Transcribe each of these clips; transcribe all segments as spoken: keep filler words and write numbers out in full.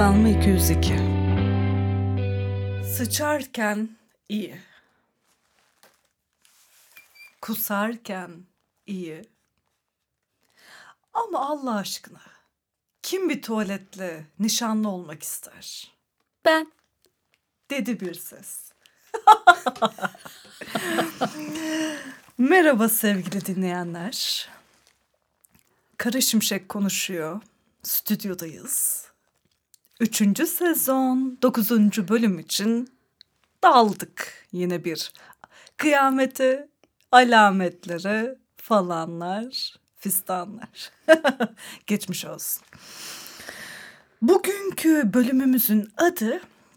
Kalma iki yüz iki. Sıçarken iyi. Kusarken iyi. Ama Allah aşkına kim bir tuvaletle nişanlı olmak ister? Ben. Dedi bir ses. Merhaba sevgili dinleyenler. Kara Şimşek konuşuyor. Stüdyodayız. Üçüncü sezon dokuzuncu bölüm için daldık yine bir kıyamete, alametlere falanlar, fistanlar. Geçmiş olsun. Bugünkü bölümümüzün adı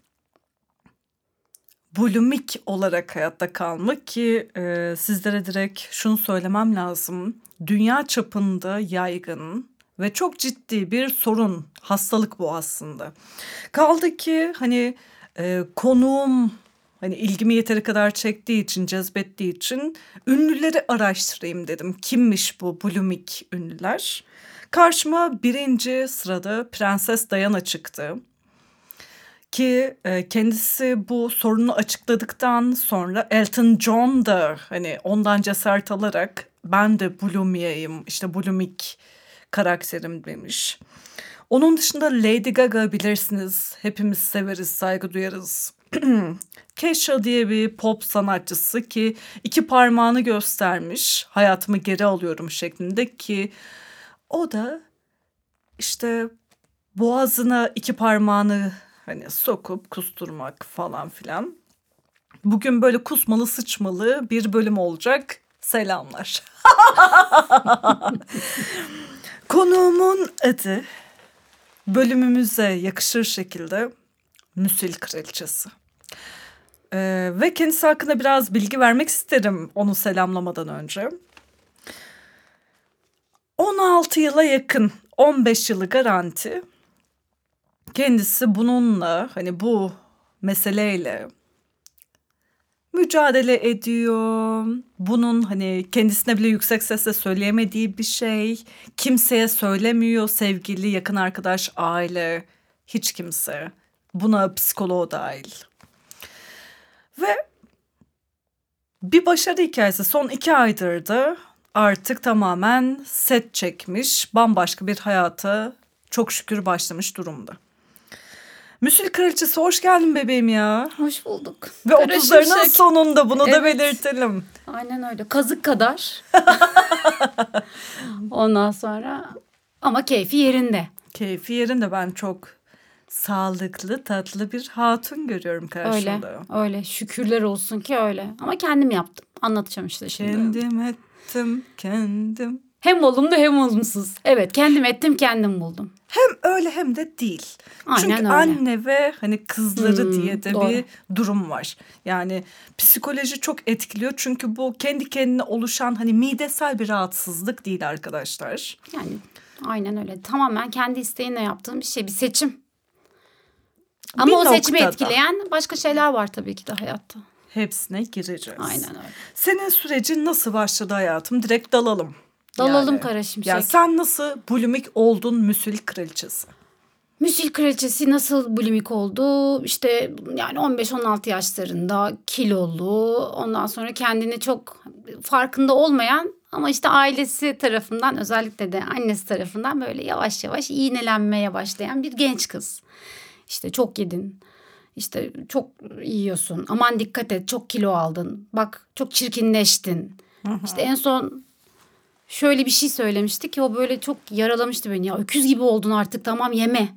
bulimik olarak hayatta kalmak ki e, sizlere direkt şunu söylemem lazım. Dünya çapında yaygın ve çok ciddi bir sorun, hastalık bu aslında. Kaldı ki hani e, konuğum hani ilgimi yeteri kadar çektiği için, cezbettiği için ünlüleri araştırayım dedim. Kimmiş bu bulimik ünlüler? Karşıma birinci sırada Prenses Diana çıktı. Ki e, kendisi bu sorunu açıkladıktan sonra Elton John da hani ondan cesaret alarak ben de bulimia'yım, işte bulimik karakterim demiş. Onun dışında Lady Gaga bilirsiniz, hepimiz severiz, saygı duyarız. Kesha diye bir pop sanatçısı ki iki parmağını göstermiş, hayatımı geri alıyorum şeklinde ki o da işte boğazına iki parmağını hani sokup kusturmak falan filan. Bugün böyle kusmalı sıçmalı bir bölüm olacak. Selamlar. Konuğumun adı bölümümüze yakışır şekilde Müsil Kraliçesi. Ee, ve kendisi hakkında biraz bilgi vermek isterim onu selamlamadan önce. on altı yıla yakın, on beş yılı garanti. Kendisi bununla hani bu meseleyle mücadele ediyor. Bunun hani kendisine bile yüksek sesle söyleyemediği bir şey. Kimseye söylemiyor, sevgili, yakın arkadaş, aile, hiç kimse. Buna psikoloğu dahil. Ve bir başarı hikayesi son iki aydır da artık tamamen set çekmiş, bambaşka bir hayata çok şükür başlamış durumda. Müsil Kraliçesi hoş geldin bebeğim ya. Hoş bulduk. Ve otuzlarının sonunda bunu evet. da belirtelim. Aynen öyle. Kazık kadar. Ondan sonra ama keyfi yerinde. Keyfi yerinde, ben çok sağlıklı, tatlı bir hatun görüyorum karşımda. Öyle, öyle. Şükürler olsun ki öyle. Ama kendim yaptım. Anlatacağım işte şimdi. Kendim ettim, kendim. Hem olumlu hem olumsuz. Evet, kendim ettim, kendim buldum. Hem öyle hem de değil. Aynen Çünkü öyle. anne ve hani kızları Hmm, diye de doğru. bir durum var. Yani psikoloji çok etkiliyor. Çünkü bu kendi kendine oluşan hani midesel bir rahatsızlık değil arkadaşlar. Yani aynen öyle. Tamamen kendi isteğinle yaptığım bir şey, bir seçim. Ama Bir o seçimi noktada. etkileyen başka şeyler var tabii ki de hayatta. Hepsine gireceğiz. Aynen öyle. Senin sürecin nasıl başladı hayatım? Direkt dalalım. Dalalım yani. Kara Şimşek. Ya sen nasıl bulimik oldun Müsil Kraliçesi? Müsil Kraliçesi nasıl bulimik oldu? İşte yani on beş on altı yaşlarında kilolu, ondan sonra kendini çok farkında olmayan ama işte ailesi tarafından, özellikle de annesi tarafından böyle yavaş yavaş iğnelenmeye başlayan bir genç kız. İşte çok yedin, işte çok yiyorsun, aman dikkat et, çok kilo aldın, bak çok çirkinleştin. Hı hı. İşte en son şöyle bir şey söylemişti ki o böyle çok yaralamıştı beni. Ya öküz gibi oldun artık, tamam yeme.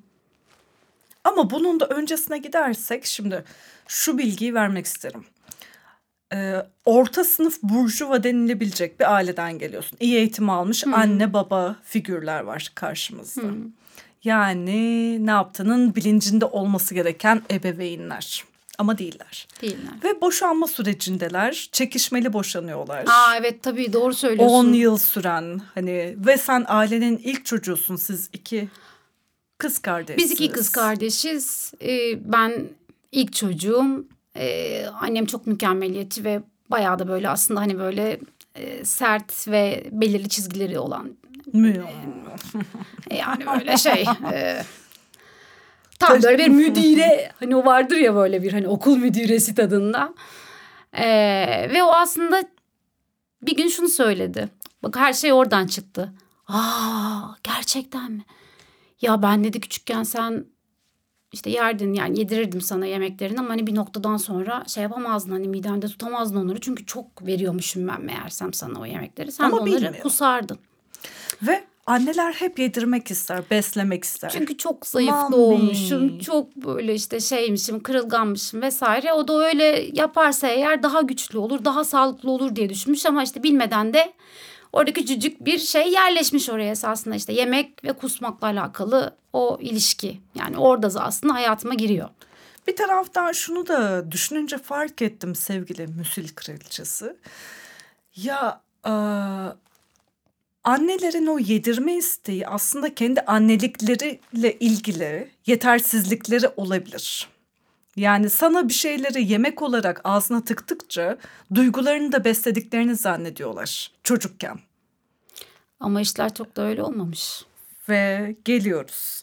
Ama bunun da öncesine gidersek şimdi şu bilgiyi vermek isterim. Ee, orta sınıf burjuva denilebilecek bir aileden geliyorsun. İyi eğitim almış hmm. anne baba figürler var karşımızda. Hmm. Yani ne yaptığının bilincinde olması gereken ebeveynler. Ama değiller. Değiller. Ve boşanma sürecindeler. Çekişmeli boşanıyorlar. Aa evet, tabii doğru söylüyorsun. on yıl süren hani ve sen ailenin ilk çocuğusun, siz iki kız kardeşsiniz. Biz iki kız kardeşiz. Ee, ben ilk çocuğum. Ee, annem çok mükemmeliyetçi ve bayağı da böyle aslında hani böyle e, sert ve belirli çizgileri olan. Mü. E, yani böyle şey. E, Tam böyle bir müdüre, hani o vardır ya böyle bir hani okul müdüresi tadında. Ee, ve o aslında bir gün şunu söyledi. Bak her şey oradan çıktı. Aa, gerçekten mi? Ya ben dedi küçükken sen işte yerdin, yani yedirirdim sana yemeklerini ama hani bir noktadan sonra şey yapamazdın, hani midende tutamazdın onları. Çünkü çok veriyormuşum ben meğersem sana o yemekleri. Sen Ama de onları bilmiyor. kusardın. Ve anneler hep yedirmek ister, beslemek ister. Çünkü çok zayıf Mami. doğmuşum, çok böyle işte şeymişim, kırılganmışım vesaire. O da öyle yaparsa eğer daha güçlü olur, daha sağlıklı olur diye düşünmüş ama işte bilmeden de orada küçücük bir şey yerleşmiş oraya esasında, işte yemek ve kusmakla alakalı o ilişki. Yani orada da aslında hayatıma giriyor. Bir taraftan şunu da düşününce fark ettim sevgili müsil kraliçesi. Ya e, annelerin o yedirme isteği aslında kendi annelikleriyle ilgili yetersizlikleri olabilir. Yani sana bir şeyleri yemek olarak ağzına tıktıkça duygularını da beslediklerini zannediyorlar çocukken. Ama işler çok da öyle olmamış. Ve geliyoruz.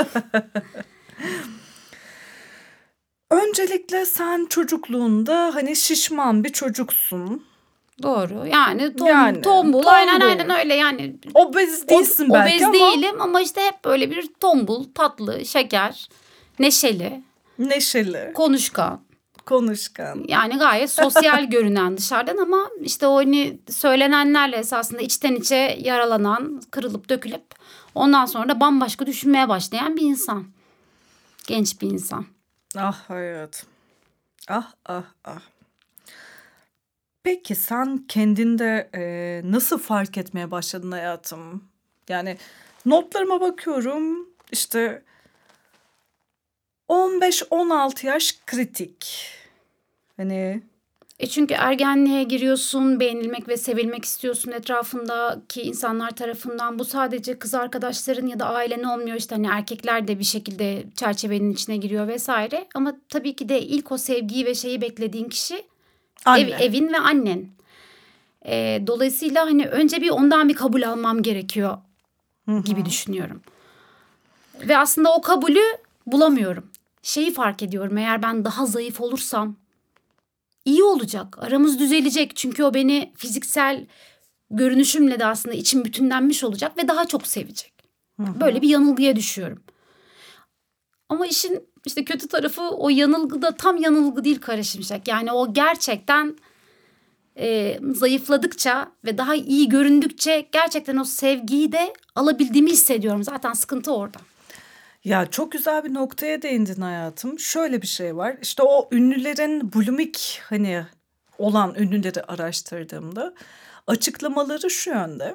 Öncelikle sen çocukluğunda hani şişman bir çocuksun. Doğru. Yani, tom, Yani, tombul. Aynen tombul. aynen öyle yani. Obez değilsin o, belki obez ama değilim ama işte hep böyle bir tombul, tatlı, şeker, neşeli, neşeli, konuşkan. konuşkan. Yani gayet sosyal görünen dışarıdan ama işte o hani söylenenlerle esasında içten içe yaralanan, kırılıp dökülüp ondan sonra da bambaşka düşünmeye başlayan bir insan. Genç bir insan. Ah hayat. Ah ah ah. Peki sen kendinde e, nasıl fark etmeye başladın hayatım? Yani notlarıma bakıyorum işte on beş on altı yaş kritik. Hani E çünkü ergenliğe giriyorsun, beğenilmek ve sevilmek istiyorsun etrafındaki insanlar tarafından. Bu sadece kız arkadaşların ya da ailen olmuyor, işte hani erkekler de bir şekilde çerçevenin içine giriyor vesaire. Ama tabii ki de ilk o sevgiyi ve şeyi beklediğin kişi anne. ev, evin ve annen. E, dolayısıyla hani önce bir ondan bir kabul almam gerekiyor gibi düşünüyorum. Ve aslında o kabulü bulamıyorum. Şeyi fark ediyorum, eğer ben daha zayıf olursam İyi olacak. Aramız düzelecek. Çünkü o beni fiziksel görünüşümle de aslında içim bütünlenmiş olacak ve daha çok sevecek. Böyle bir yanılgıya düşüyorum. Ama işin işte kötü tarafı, o yanılgı da tam yanılgı değil Kara Şimşek. Yani o gerçekten e, zayıfladıkça ve daha iyi göründükçe gerçekten o sevgiyi de alabildiğimi hissediyorum. Zaten sıkıntı orada. Ya çok güzel bir noktaya değindin hayatım. Şöyle bir şey var. İşte o ünlülerin bulimik hani olan ünlüleri araştırdığımda açıklamaları şu yönde.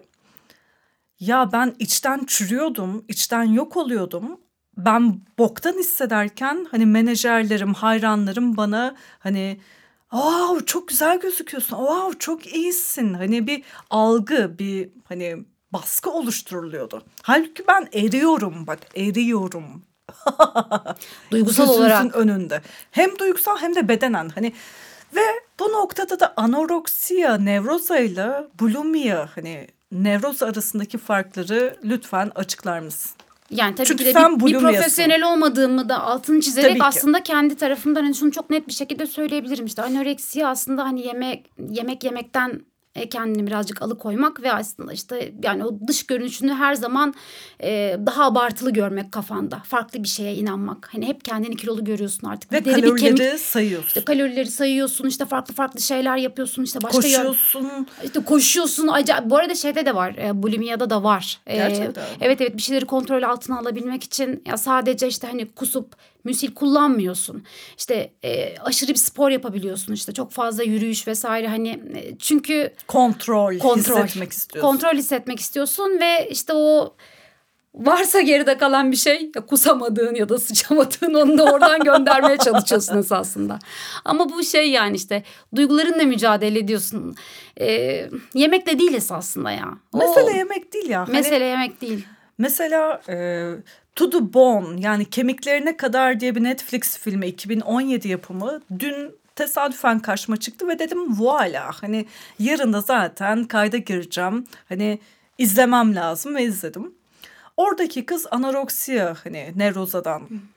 Ya ben içten çürüyordum, içten yok oluyordum. Ben boktan hissederken hani menajerlerim, hayranlarım bana hani wow çok güzel gözüküyorsun, wow çok iyisin. Hani bir algı, bir hani baskı oluşturuluyordu. Halbuki ben eriyorum bak, eriyorum. Duygusal Gözünüzün olarak. önünde. Hem duygusal hem de bedenen hani ve bu noktada da anoreksiya, nevrozayla bulimia hani nevroz arasındaki farkları lütfen açıklar mısın? Yani tabii Çünkü ki de sen bir, bir bulimyasın. profesyonel olmadığımı da altını çizerek Tabii ki. aslında kendi tarafımdan hani şunu çok net bir şekilde söyleyebilirim. İşte anoreksiya aslında hani yemek yemek yemekten e, kendini birazcık alıkoymak ve aslında işte yani o dış görünüşünü her zaman e, daha abartılı görmek kafanda. Farklı bir şeye inanmak. Hani hep kendini kilolu görüyorsun artık. Ve Bir deri, bir kalorileri kemik. sayıyorsun. İşte kalorileri sayıyorsun, işte farklı farklı şeyler yapıyorsun, işte başka yön- Koşuyorsun. işte koşuyorsun. Acayip. Bu arada şeyde de var. E, bulimiyada da var. E, Gerçekten mi? Evet evet, bir şeyleri kontrol altına alabilmek için ya sadece işte hani kusup müsil kullanmıyorsun. İşte e, aşırı bir spor yapabiliyorsun, işte çok fazla yürüyüş vesaire, hani e, çünkü Kontrol, kontrol hissetmek istiyorsun. kontrol hissetmek istiyorsun ve işte o varsa geride kalan bir şey, ya kusamadığın ya da sıçamadığın, onu da oradan göndermeye çalışıyorsun esasında. Ama bu şey yani işte duygularınla mücadele ediyorsun. Ee, yemekle değil esasında ya. O, Mesele yemek değil ya. Hani mesele yemek değil. mesela e, To the Bone yani Kemiklerine Kadar diye bir Netflix filmi iki bin on yedi yapımı dün tesadüfen karşıma çıktı ve dedim voila hani yarın da zaten kayda gireceğim. Hani izlemem lazım ve izledim. Oradaki kız anoreksiya hani nevrozadan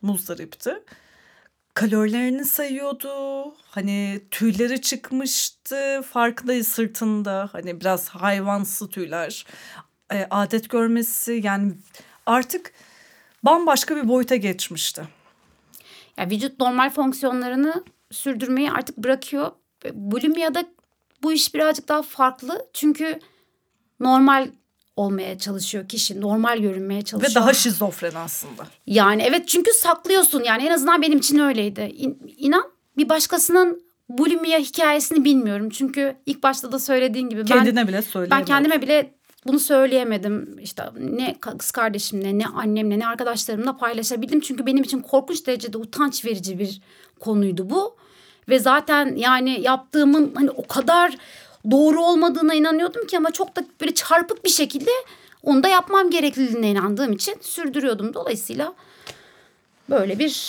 muzdaripti. Kalorilerini sayıyordu. Hani tüyleri çıkmıştı. Farkındayız sırtında. Hani biraz hayvansı tüyler. E, adet görmesi yani artık bambaşka bir boyuta geçmişti. Ya vücut normal fonksiyonlarını sürdürmeyi artık bırakıyor. Bulimiyada bu iş birazcık daha farklı. Çünkü normal olmaya çalışıyor kişi. Normal görünmeye çalışıyor. Ve daha şizofren aslında. Yani evet, çünkü saklıyorsun. Yani en azından benim için öyleydi. İn, inan bir başkasının bulimiya hikayesini bilmiyorum. Çünkü ilk başta da söylediğin gibi. Kendine ben, bile söyleyemiyorum. Ben kendime bile bunu söyleyemedim. İşte ne kız kardeşimle, ne annemle, ne arkadaşlarımla paylaşabildim. Çünkü benim için korkunç derecede utanç verici bir konuydu bu. Ve zaten yani yaptığımın hani o kadar doğru olmadığına inanıyordum ki, ama çok da böyle çarpık bir şekilde onu da yapmam gerekliliğine inandığım için sürdürüyordum. Dolayısıyla böyle bir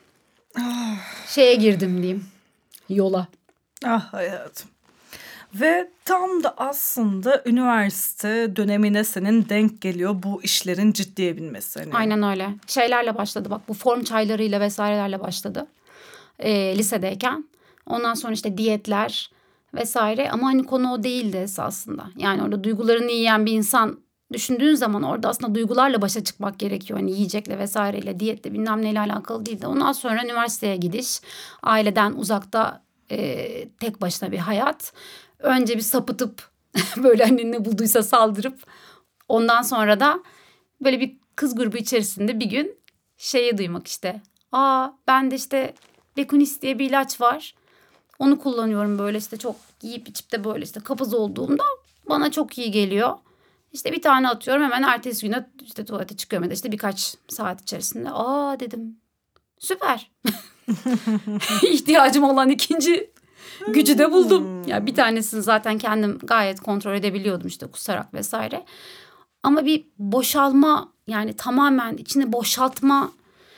şeye girdim diyeyim, yola. Ah hayatım. Ve tam da aslında üniversite dönemine senin denk geliyor bu işlerin ciddiye binmesi. Hani. Aynen öyle. Şeylerle başladı bak, bu form çaylarıyla vesairelerle başladı. Ee, lisedeyken. Ondan sonra işte diyetler vesaire, ama hani konu o değildi esasında. Yani orada duygularını yiyen bir insan düşündüğün zaman orada aslında duygularla başa çıkmak gerekiyor. Hani yiyecekle vesaireyle, diyetle bilmem neyle alakalı değildi. Ondan sonra üniversiteye gidiş, aileden uzakta e, tek başına bir hayat. Önce bir sapıtıp böyle hani ne bulduysa saldırıp, ondan sonra da böyle bir kız grubu içerisinde bir gün şeyi duymak işte. Aa, ben de işte Bekunis diye bir ilaç var. Onu kullanıyorum böyle işte, çok yiyip içip de böyle işte kabız olduğumda bana çok iyi geliyor. İşte bir tane atıyorum, hemen ertesi güne işte tuvalete çıkıyorum ya da işte birkaç saat içerisinde. Aa dedim, süper. İhtiyacım olan ikinci gücü de buldum. Ya yani bir tanesini zaten kendim gayet kontrol edebiliyordum, işte kusarak vesaire. Ama bir boşalma, yani tamamen içini boşaltma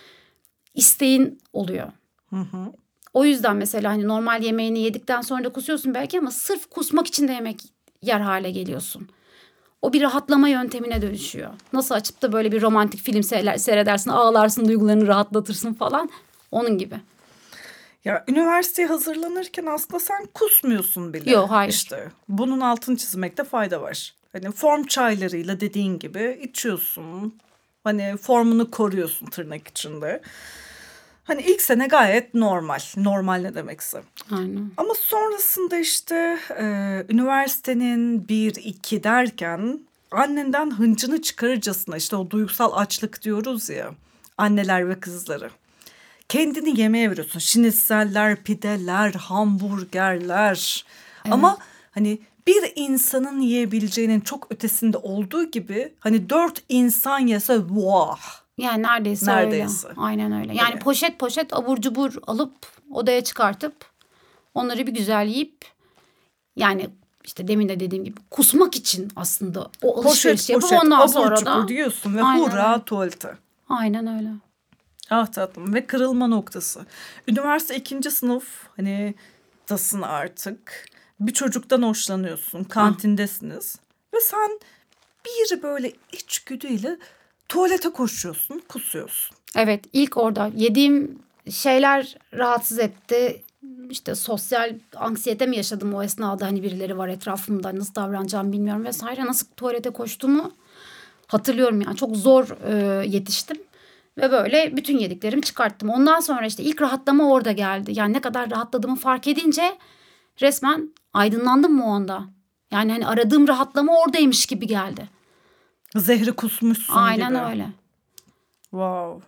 isteğin oluyor. Hı hı. O yüzden mesela hani normal yemeğini yedikten sonra da kusuyorsun belki, ama sırf kusmak için de yemek yer hale geliyorsun. O bir rahatlama yöntemine dönüşüyor. Nasıl açıp da böyle bir romantik film seyredersin, ağlarsın, duygularını rahatlatırsın falan. Onun gibi. Ya üniversiteye hazırlanırken aslında sen kusmuyorsun bile. Yok, hayır. İşte bunun altını çizmekte fayda var. Hani form çaylarıyla dediğin gibi içiyorsun. Hani formunu koruyorsun tırnak içinde. Hani ilk sene gayet normal. Normal ne demekse. Aynen. Ama sonrasında işte e, üniversitenin bir iki derken annenden hıncını çıkarırcasına, işte o duygusal açlık diyoruz ya, anneler ve kızları. Kendini yemeğe veriyorsun. Şinitzeller, pideler, hamburgerler. Evet. Ama hani bir insanın yiyebileceğinin çok ötesinde olduğu gibi hani dört insan yese vah. Yani neredeyse, Neredeyse. öyle. Aynen öyle. Yani Evet. poşet poşet abur cubur alıp odaya çıkartıp onları bir güzel yiyip, yani işte demin de dediğim gibi kusmak için aslında o alışveriş Poşet yapıp poşet ondan abur sonra cubur da diyorsun ve Aynen hurra öyle. tuvalete. Aynen öyle. Ah tatlım, ve kırılma noktası. Üniversite ikinci sınıf hani dasın artık. Bir çocuktan hoşlanıyorsun. Kantindesiniz. Ve sen bir böyle içgüdüyle tuvalete koşuyorsun, kusuyorsun. Evet, ilk orada yediğim şeyler rahatsız etti. İşte sosyal anksiyete mi yaşadım o esnada, hani birileri var etrafımda, nasıl davranacağımı bilmiyorum vesaire. Nasıl tuvalete koştuğumu hatırlıyorum yani. Çok zor e, yetiştim. Ve böyle bütün yediklerimi çıkarttım. Ondan sonra işte ilk rahatlama orada geldi. Yani ne kadar rahatladığımı fark edince resmen aydınlandım mı o anda. Yani hani aradığım rahatlama oradaymış gibi geldi. Zehri kusmuşsun Aynen gibi. öyle. Wow.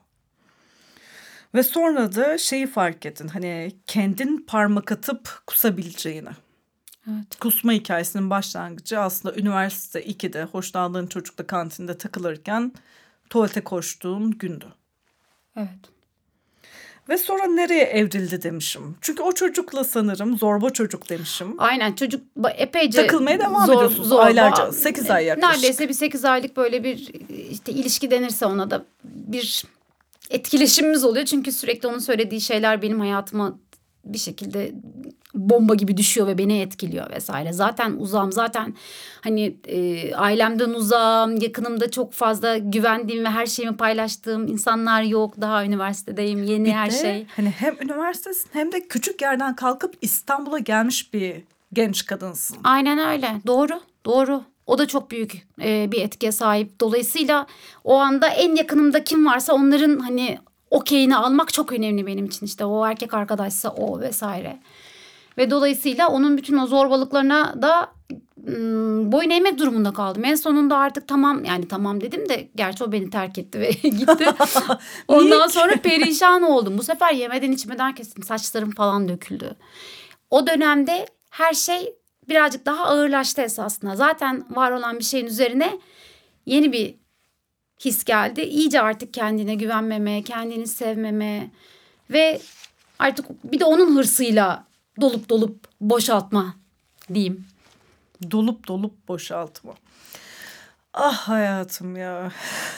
Ve sonra da şeyi fark ettin. Hani kendin parmak atıp kusabileceğini. Evet. Kusma hikayesinin başlangıcı aslında üniversite ikide hoşlandığın çocukla kantinde takılırken tuvalete koştuğun gündü. Evet. Ve sonra nereye evrildi demişim. Çünkü o çocukla sanırım zorba çocuk demişim. Aynen, çocuk epeyce Takılmaya devam zor, ediyorsunuz zorba. aylarca. sekiz ay yaklaşık. Neredeyse bir sekiz aylık böyle bir işte ilişki denirse ona da bir etkileşimimiz oluyor. Çünkü sürekli onun söylediği şeyler benim hayatıma bir şekilde bomba gibi düşüyor ve beni etkiliyor vesaire. Zaten uzağım, zaten hani e, ailemden uzağım, yakınımda çok fazla güvendiğim ve her şeyimi paylaştığım insanlar yok. Daha üniversitedeyim, yeni Bir her de şey. hani hem üniversitesin hem de küçük yerden kalkıp İstanbul'a gelmiş bir genç kadınsın. Aynen öyle, doğru, doğru. O da çok büyük e, bir etkiye sahip. Dolayısıyla o anda en yakınımda kim varsa onların hani okeyini almak çok önemli benim için. İşte o erkek arkadaşsa o vesaire. Ve dolayısıyla onun bütün o zorbalıklarına da ım, boyun eğmek durumunda kaldım. En sonunda artık tamam, yani tamam dedim de gerçi o beni terk etti ve gitti. Ondan sonra perişan oldum. Bu sefer yemeden içmeden kestim. Saçlarım falan döküldü. O dönemde her şey birazcık daha ağırlaştı esasında. Zaten var olan bir şeyin üzerine yeni bir his geldi. İyice artık kendine güvenmeme, kendini sevmeme ve artık bir de onun hırsıyla dolup dolup boşaltma diyeyim. Dolup dolup boşaltma. Ah hayatım ya.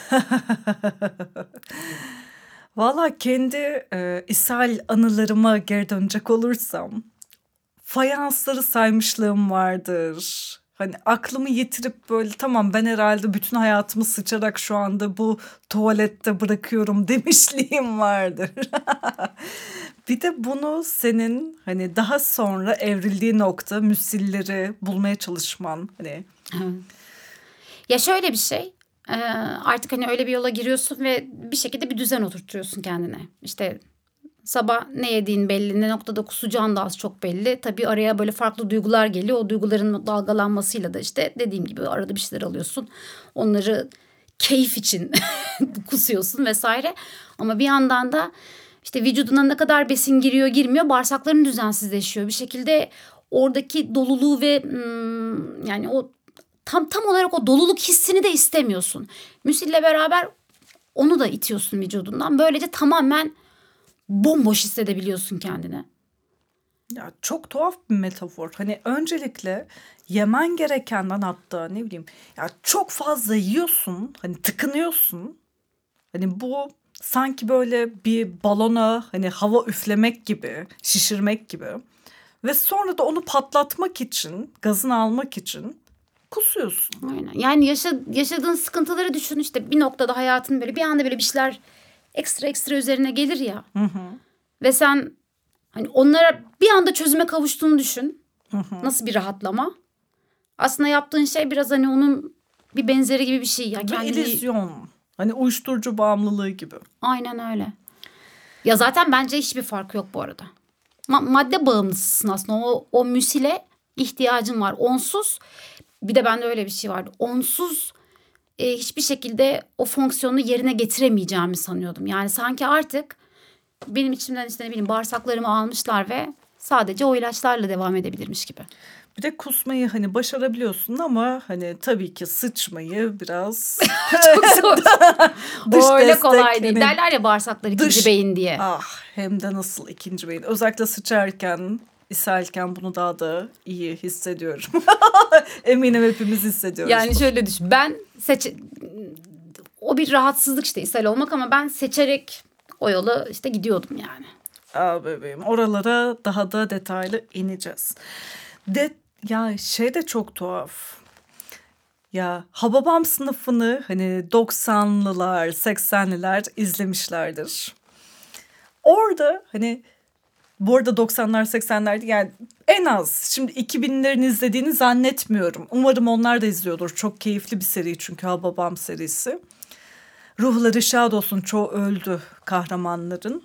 Valla kendi e, ishal anılarıma geri dönecek olursam fayansları saymışlığım vardır. Hani aklımı yitirip böyle tamam ben herhalde bütün hayatımı sıçarak şu anda bu tuvalette bırakıyorum demişliğim vardır. Bir de bunu senin hani daha sonra evrildiği nokta müsilleri bulmaya çalışman hani. Ya şöyle bir şey, e, artık hani öyle bir yola giriyorsun ve bir şekilde bir düzen oturtuyorsun kendine. İşte sabah ne yediğin belli, ne noktada kusacağın da az çok belli. Tabii araya böyle farklı duygular geliyor. O duyguların dalgalanmasıyla da işte dediğim gibi arada bir şeyler alıyorsun. Onları keyif için kusuyorsun vesaire. Ama bir yandan da işte vücuduna ne kadar besin giriyor girmiyor, bağırsakların düzensizleşiyor. Bir şekilde oradaki doluluğu ve hmm, yani o tam tam olarak o doluluk hissini de istemiyorsun. Müsille beraber onu da itiyorsun vücudundan. Böylece tamamen bomboş hissedebiliyorsun kendini. Ya çok tuhaf bir metafor. Hani öncelikle yemen gerekenden hatta ne bileyim ya çok fazla yiyorsun. Hani tıkınıyorsun. Hani bu sanki böyle bir balona hani hava üflemek gibi, şişirmek gibi. Ve sonra da onu patlatmak için, gazını almak için kusuyorsun. Aynen. Yani yaşa, yaşadığın sıkıntıları düşün, işte bir noktada hayatın böyle bir anda böyle bir şeyler ekstra ekstra üzerine gelir ya. Hı hı. Ve sen hani onlara bir anda çözüme kavuştuğunu düşün. Hı hı. Nasıl bir rahatlama. Aslında yaptığın şey biraz hani onun bir benzeri gibi bir şey. Yani Bir kendini... illüzyon. Hani uyuşturucu bağımlılığı gibi. Aynen öyle. Ya zaten bence hiçbir fark yok bu arada. Ma- madde bağımlısısın aslında. O, o müsile ihtiyacın var. Onsuz, bir de bende öyle bir şey vardı. Onsuz e, hiçbir şekilde o fonksiyonu yerine getiremeyeceğimi sanıyordum. Yani sanki artık benim içimden işte ne bileyim bağırsaklarımı almışlar ve sadece o ilaçlarla devam edebilirmiş gibi. Bir de kusmayı hani başarabiliyorsun ama hani tabii ki sıçmayı biraz Çok zor. dış O öyle destek, kolay değil. hani Derler ya bağırsaklar ikinci dış- beyin diye. ah hem de nasıl ikinci beyin. Özellikle sıçarken, ishalken bunu daha da iyi hissediyorum. Eminim hepimiz hissediyoruz. Yani şöyle düşün. Ben seç o bir rahatsızlık işte ishal olmak, ama ben seçerek o yola işte gidiyordum yani. Aa bebeğim, oralara daha da detaylı ineceğiz. De ya şey de çok tuhaf. Ya Hababam sınıfını hani doksanlılar, seksenliler izlemişlerdir. Orada hani bu arada doksanlar seksenlerde yani en az şimdi iki binlerin izlediğini zannetmiyorum. Umarım onlar da izliyordur. Çok keyifli bir seri çünkü Hababam serisi. Ruhları şad olsun, çoğu öldü kahramanların.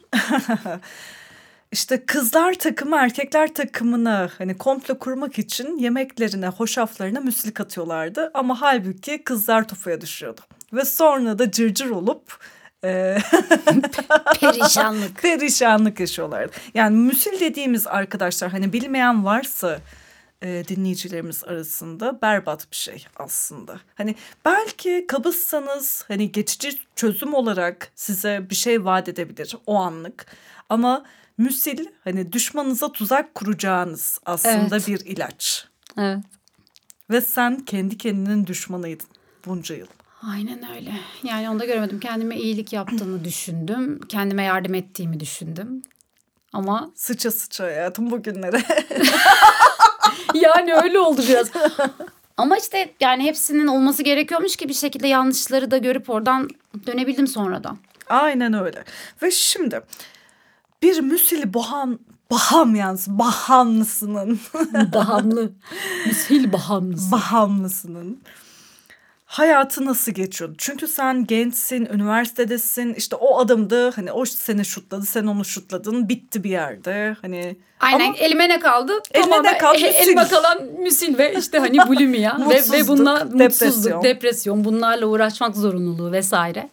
İşte kızlar takımı erkekler takımına hani komplo kurmak için yemeklerine, hoşaflarına müsli katıyorlardı. Ama halbuki kızlar tufaya düşüyordu. Ve sonra da cırcır olup e, Perişanlık. perişanlık yaşıyorlardı. Yani müsil dediğimiz arkadaşlar hani bilmeyen varsa e, dinleyicilerimiz arasında berbat bir şey aslında. Hani belki kabızsanız hani geçici çözüm olarak size bir şey vaat edebilir o anlık. Ama müsil hani düşmanınıza tuzak kuracağınız aslında Evet. bir ilaç. Evet. Ve sen kendi kendinin düşmanıydın bunca yıl. Aynen öyle. Yani onu da göremedim. Kendime iyilik yaptığını düşündüm. Kendime yardım ettiğimi düşündüm. Ama Sıça sıça hayatım bugünlere. yani öyle oldu biraz. Ama işte yani hepsinin olması gerekiyormuş ki bir şekilde yanlışları da görüp oradan dönebildim sonradan. Aynen öyle. Ve şimdi bir müsil boham, Bahamyans, Bahamlısının, Bahamlı. Müsil bahamlısı. Bahamlısının hayatı nasıl geçiyordu? Çünkü sen gençsin, üniversitedesin. İşte o adamdı. Hani o seni şutladı, sen onu şutladın. Bitti bir yerde. Hani Aynen, ama elime ne kaldı? Eline Tamamen ne kaldı? e- Müsil. elime kalan müsil ve işte hani bulimia ve, ve Mutsuzluk, bunlar mutsuzluk, depresyon. depresyon, bunlarla uğraşmak zorunluluğu vesaire.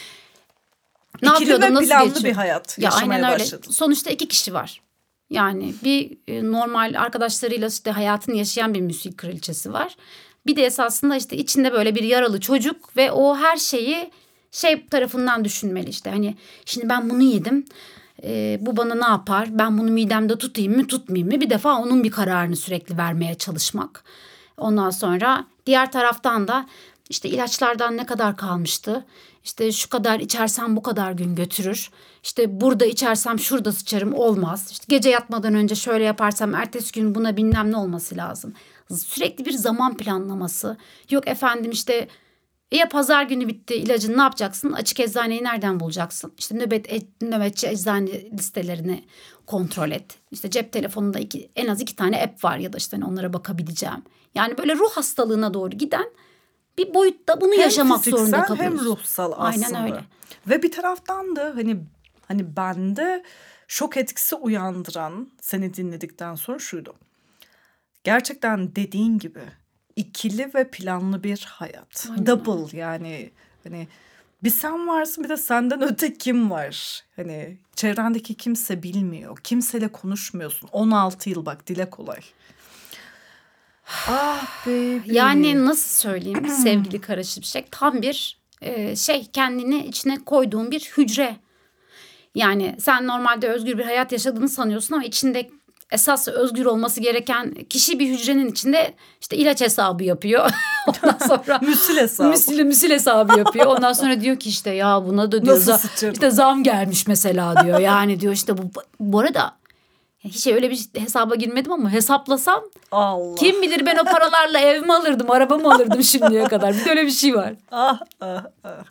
Ne İkili yapıyordum, ve nasıl planlı geçiyor? bir hayat Ya yaşamaya aynen öyle. başladın. Sonuçta iki kişi var. Yani bir e, normal arkadaşlarıyla işte hayatını yaşayan bir müzik kraliçesi var. Bir de esasında işte içinde böyle bir yaralı çocuk ve o her şeyi şey tarafından düşünmeli işte. Hani şimdi ben bunu yedim. E, bu bana ne yapar? Ben bunu midemde tutayım mı tutmayayım mı? Bir defa onun bir kararını sürekli vermeye çalışmak. Ondan sonra diğer taraftan da işte ilaçlardan ne kadar kalmıştı? İşte şu kadar içersem bu kadar gün götürür. İşte burada içersem şurada sıçarım, olmaz. İşte gece yatmadan önce şöyle yaparsam ertesi gün buna bilmem ne olması lazım. Sürekli bir zaman planlaması. Yok efendim işte ya pazar günü bitti, ilacını ne yapacaksın? Açık eczaneyi nereden bulacaksın? İşte nöbet e, nöbetçi eczane listelerini kontrol et. İşte cep telefonunda iki, en az iki tane app var ya da işte hani onlara bakabileceğim. Yani böyle ruh hastalığına doğru giden bir boyutta bunu Hem yaşamak fiziksel zorunda kalıyoruz. hem ruhsal aslında. Aynen öyle. Ve bir taraftan da hani hani bende şok etkisi uyandıran seni dinledikten sonra şuydu. Gerçekten dediğin gibi ikili ve planlı bir hayat. Aynen Double yani hani bir sen varsın bir de senden öte kim var? Hani çevrendeki kimse bilmiyor. Kimseyle konuşmuyorsun. on altı yıl bak dile kolay. Ah baby. Yani nasıl söyleyeyim sevgili Kara Şimşek, tam bir e, şey, kendini içine koyduğun bir hücre. Yani sen normalde özgür bir hayat yaşadığını sanıyorsun ama içinde esas özgür olması gereken kişi bir hücrenin içinde işte ilaç hesabı yapıyor. Ondan sonra Müsil hesabı. müsil, müsil hesabı yapıyor. Ondan sonra diyor ki işte ya buna da diyor Nasıl za- sıçarım? işte zam gelmiş mesela diyor. Yani diyor işte bu bu arada hiç öyle bir hesaba girmedim ama hesaplasam Allah. kim bilir ben o paralarla ev mi alırdım, araba mı alırdım şimdiye kadar. Bir de öyle bir şey var. Ah ah ah.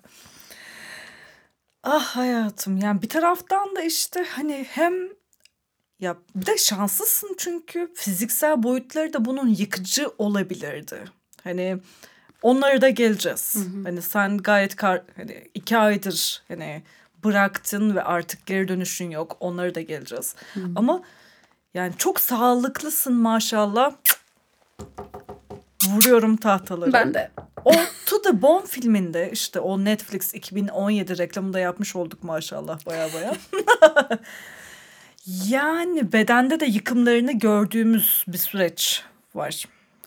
Ah hayatım yani bir taraftan da işte hani hem ya bir de şanslısın çünkü fiziksel boyutları da bunun yıkıcı olabilirdi. Hani onlara da geleceğiz. Hani sen gayet kar, hani iki aydır hani bıraktın ve artık geri dönüşün yok. Onlara da geleceğiz. Ama yani çok sağlıklısın maşallah. Vuruyorum tahtaları. Ben de. O To The Bone filminde işte o Netflix iki bin on yedi reklamında yapmış olduk maşallah baya baya. Yani bedende de yıkımlarını gördüğümüz bir süreç var.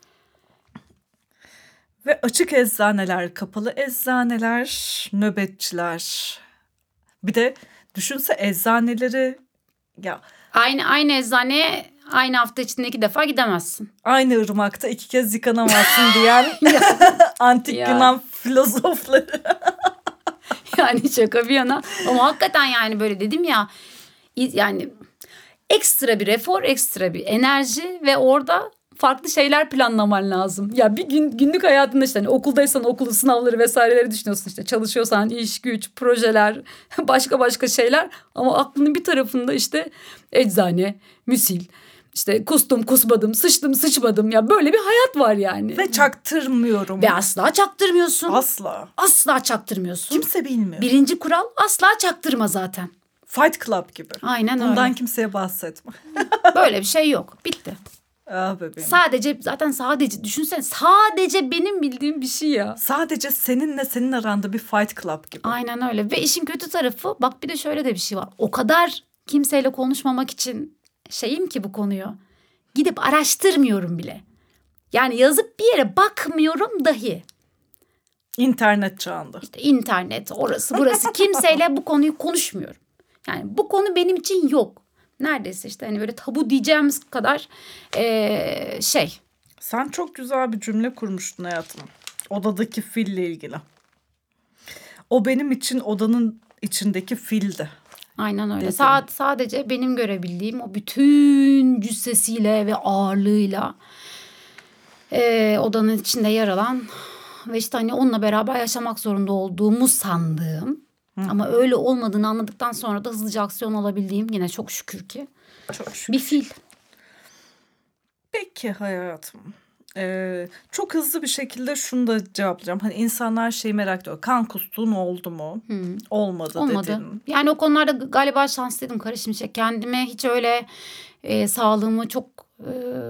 Ve açık eczaneler, kapalı eczaneler, nöbetçiler. Bir de düşünse eczaneleri ya Aynı aynı eczaneye aynı hafta içinde iki defa gidemezsin. aynı ırmakta iki kez yıkanamazsın diyen antik Ya. Yunan filozofları. Yani şaka bir yana. Ama hakikaten yani böyle dedim ya, yani ekstra bir efor, ekstra bir enerji ve orada farklı şeyler planlaman lazım. Ya bir gün günlük hayatında işte hani okuldaysan okulu, sınavları vesaireleri düşünüyorsun, işte çalışıyorsan iş, güç, projeler, başka başka şeyler, ama aklının bir tarafında işte eczane, müsil, işte kustum kusmadım, sıçtım sıçmadım, ya böyle bir hayat var yani. Ve çaktırmıyorum. Ve asla çaktırmıyorsun. Asla. Asla çaktırmıyorsun. Kimse bilmiyor. Birinci kural asla çaktırma zaten. Fight Club gibi. Aynen Bundan öyle. kimseye bahsetme. Böyle bir şey yok. Bitti. Ah bebeğim. Sadece zaten sadece düşünsene, sadece benim bildiğim bir şey ya. Sadece seninle senin aranda bir Fight Club gibi. Aynen öyle. Ve işin kötü tarafı, bak bir de şöyle de bir şey var. O kadar kimseyle konuşmamak için şeyim ki bu konuyu. Gidip araştırmıyorum bile. Yani yazıp bir yere bakmıyorum dahi. İnternet çağında. İşte internet, orası burası, kimseyle bu konuyu konuşmuyorum. Yani bu konu benim için yok. Neredeyse işte hani böyle tabu diyeceğimiz kadar ee, şey. Sen çok güzel bir cümle kurmuştun hayatım. Odadaki fille ilgili. O benim için odanın içindeki fildi. Aynen öyle. Dedim. Sa- sadece benim görebildiğim o bütün cüssesiyle ve ağırlığıyla e, odanın içinde yer alan ve işte hani onunla beraber yaşamak zorunda olduğumu sandığım Hı. ama öyle olmadığını anladıktan sonra da hızlıca aksiyon alabildiğim yine çok şükür ki Çok şükür. bir fil. Peki hayatım. Ee, çok hızlı bir şekilde şunu da cevaplayacağım. Hani insanlar şeyi merak ediyor. Kan kustuğun oldu mu? Hmm. Olmadı, Olmadı. dedin. Yani o konularda galiba şanslıydım Kara Şimşek. Kendime hiç öyle e, sağlığımı çok e,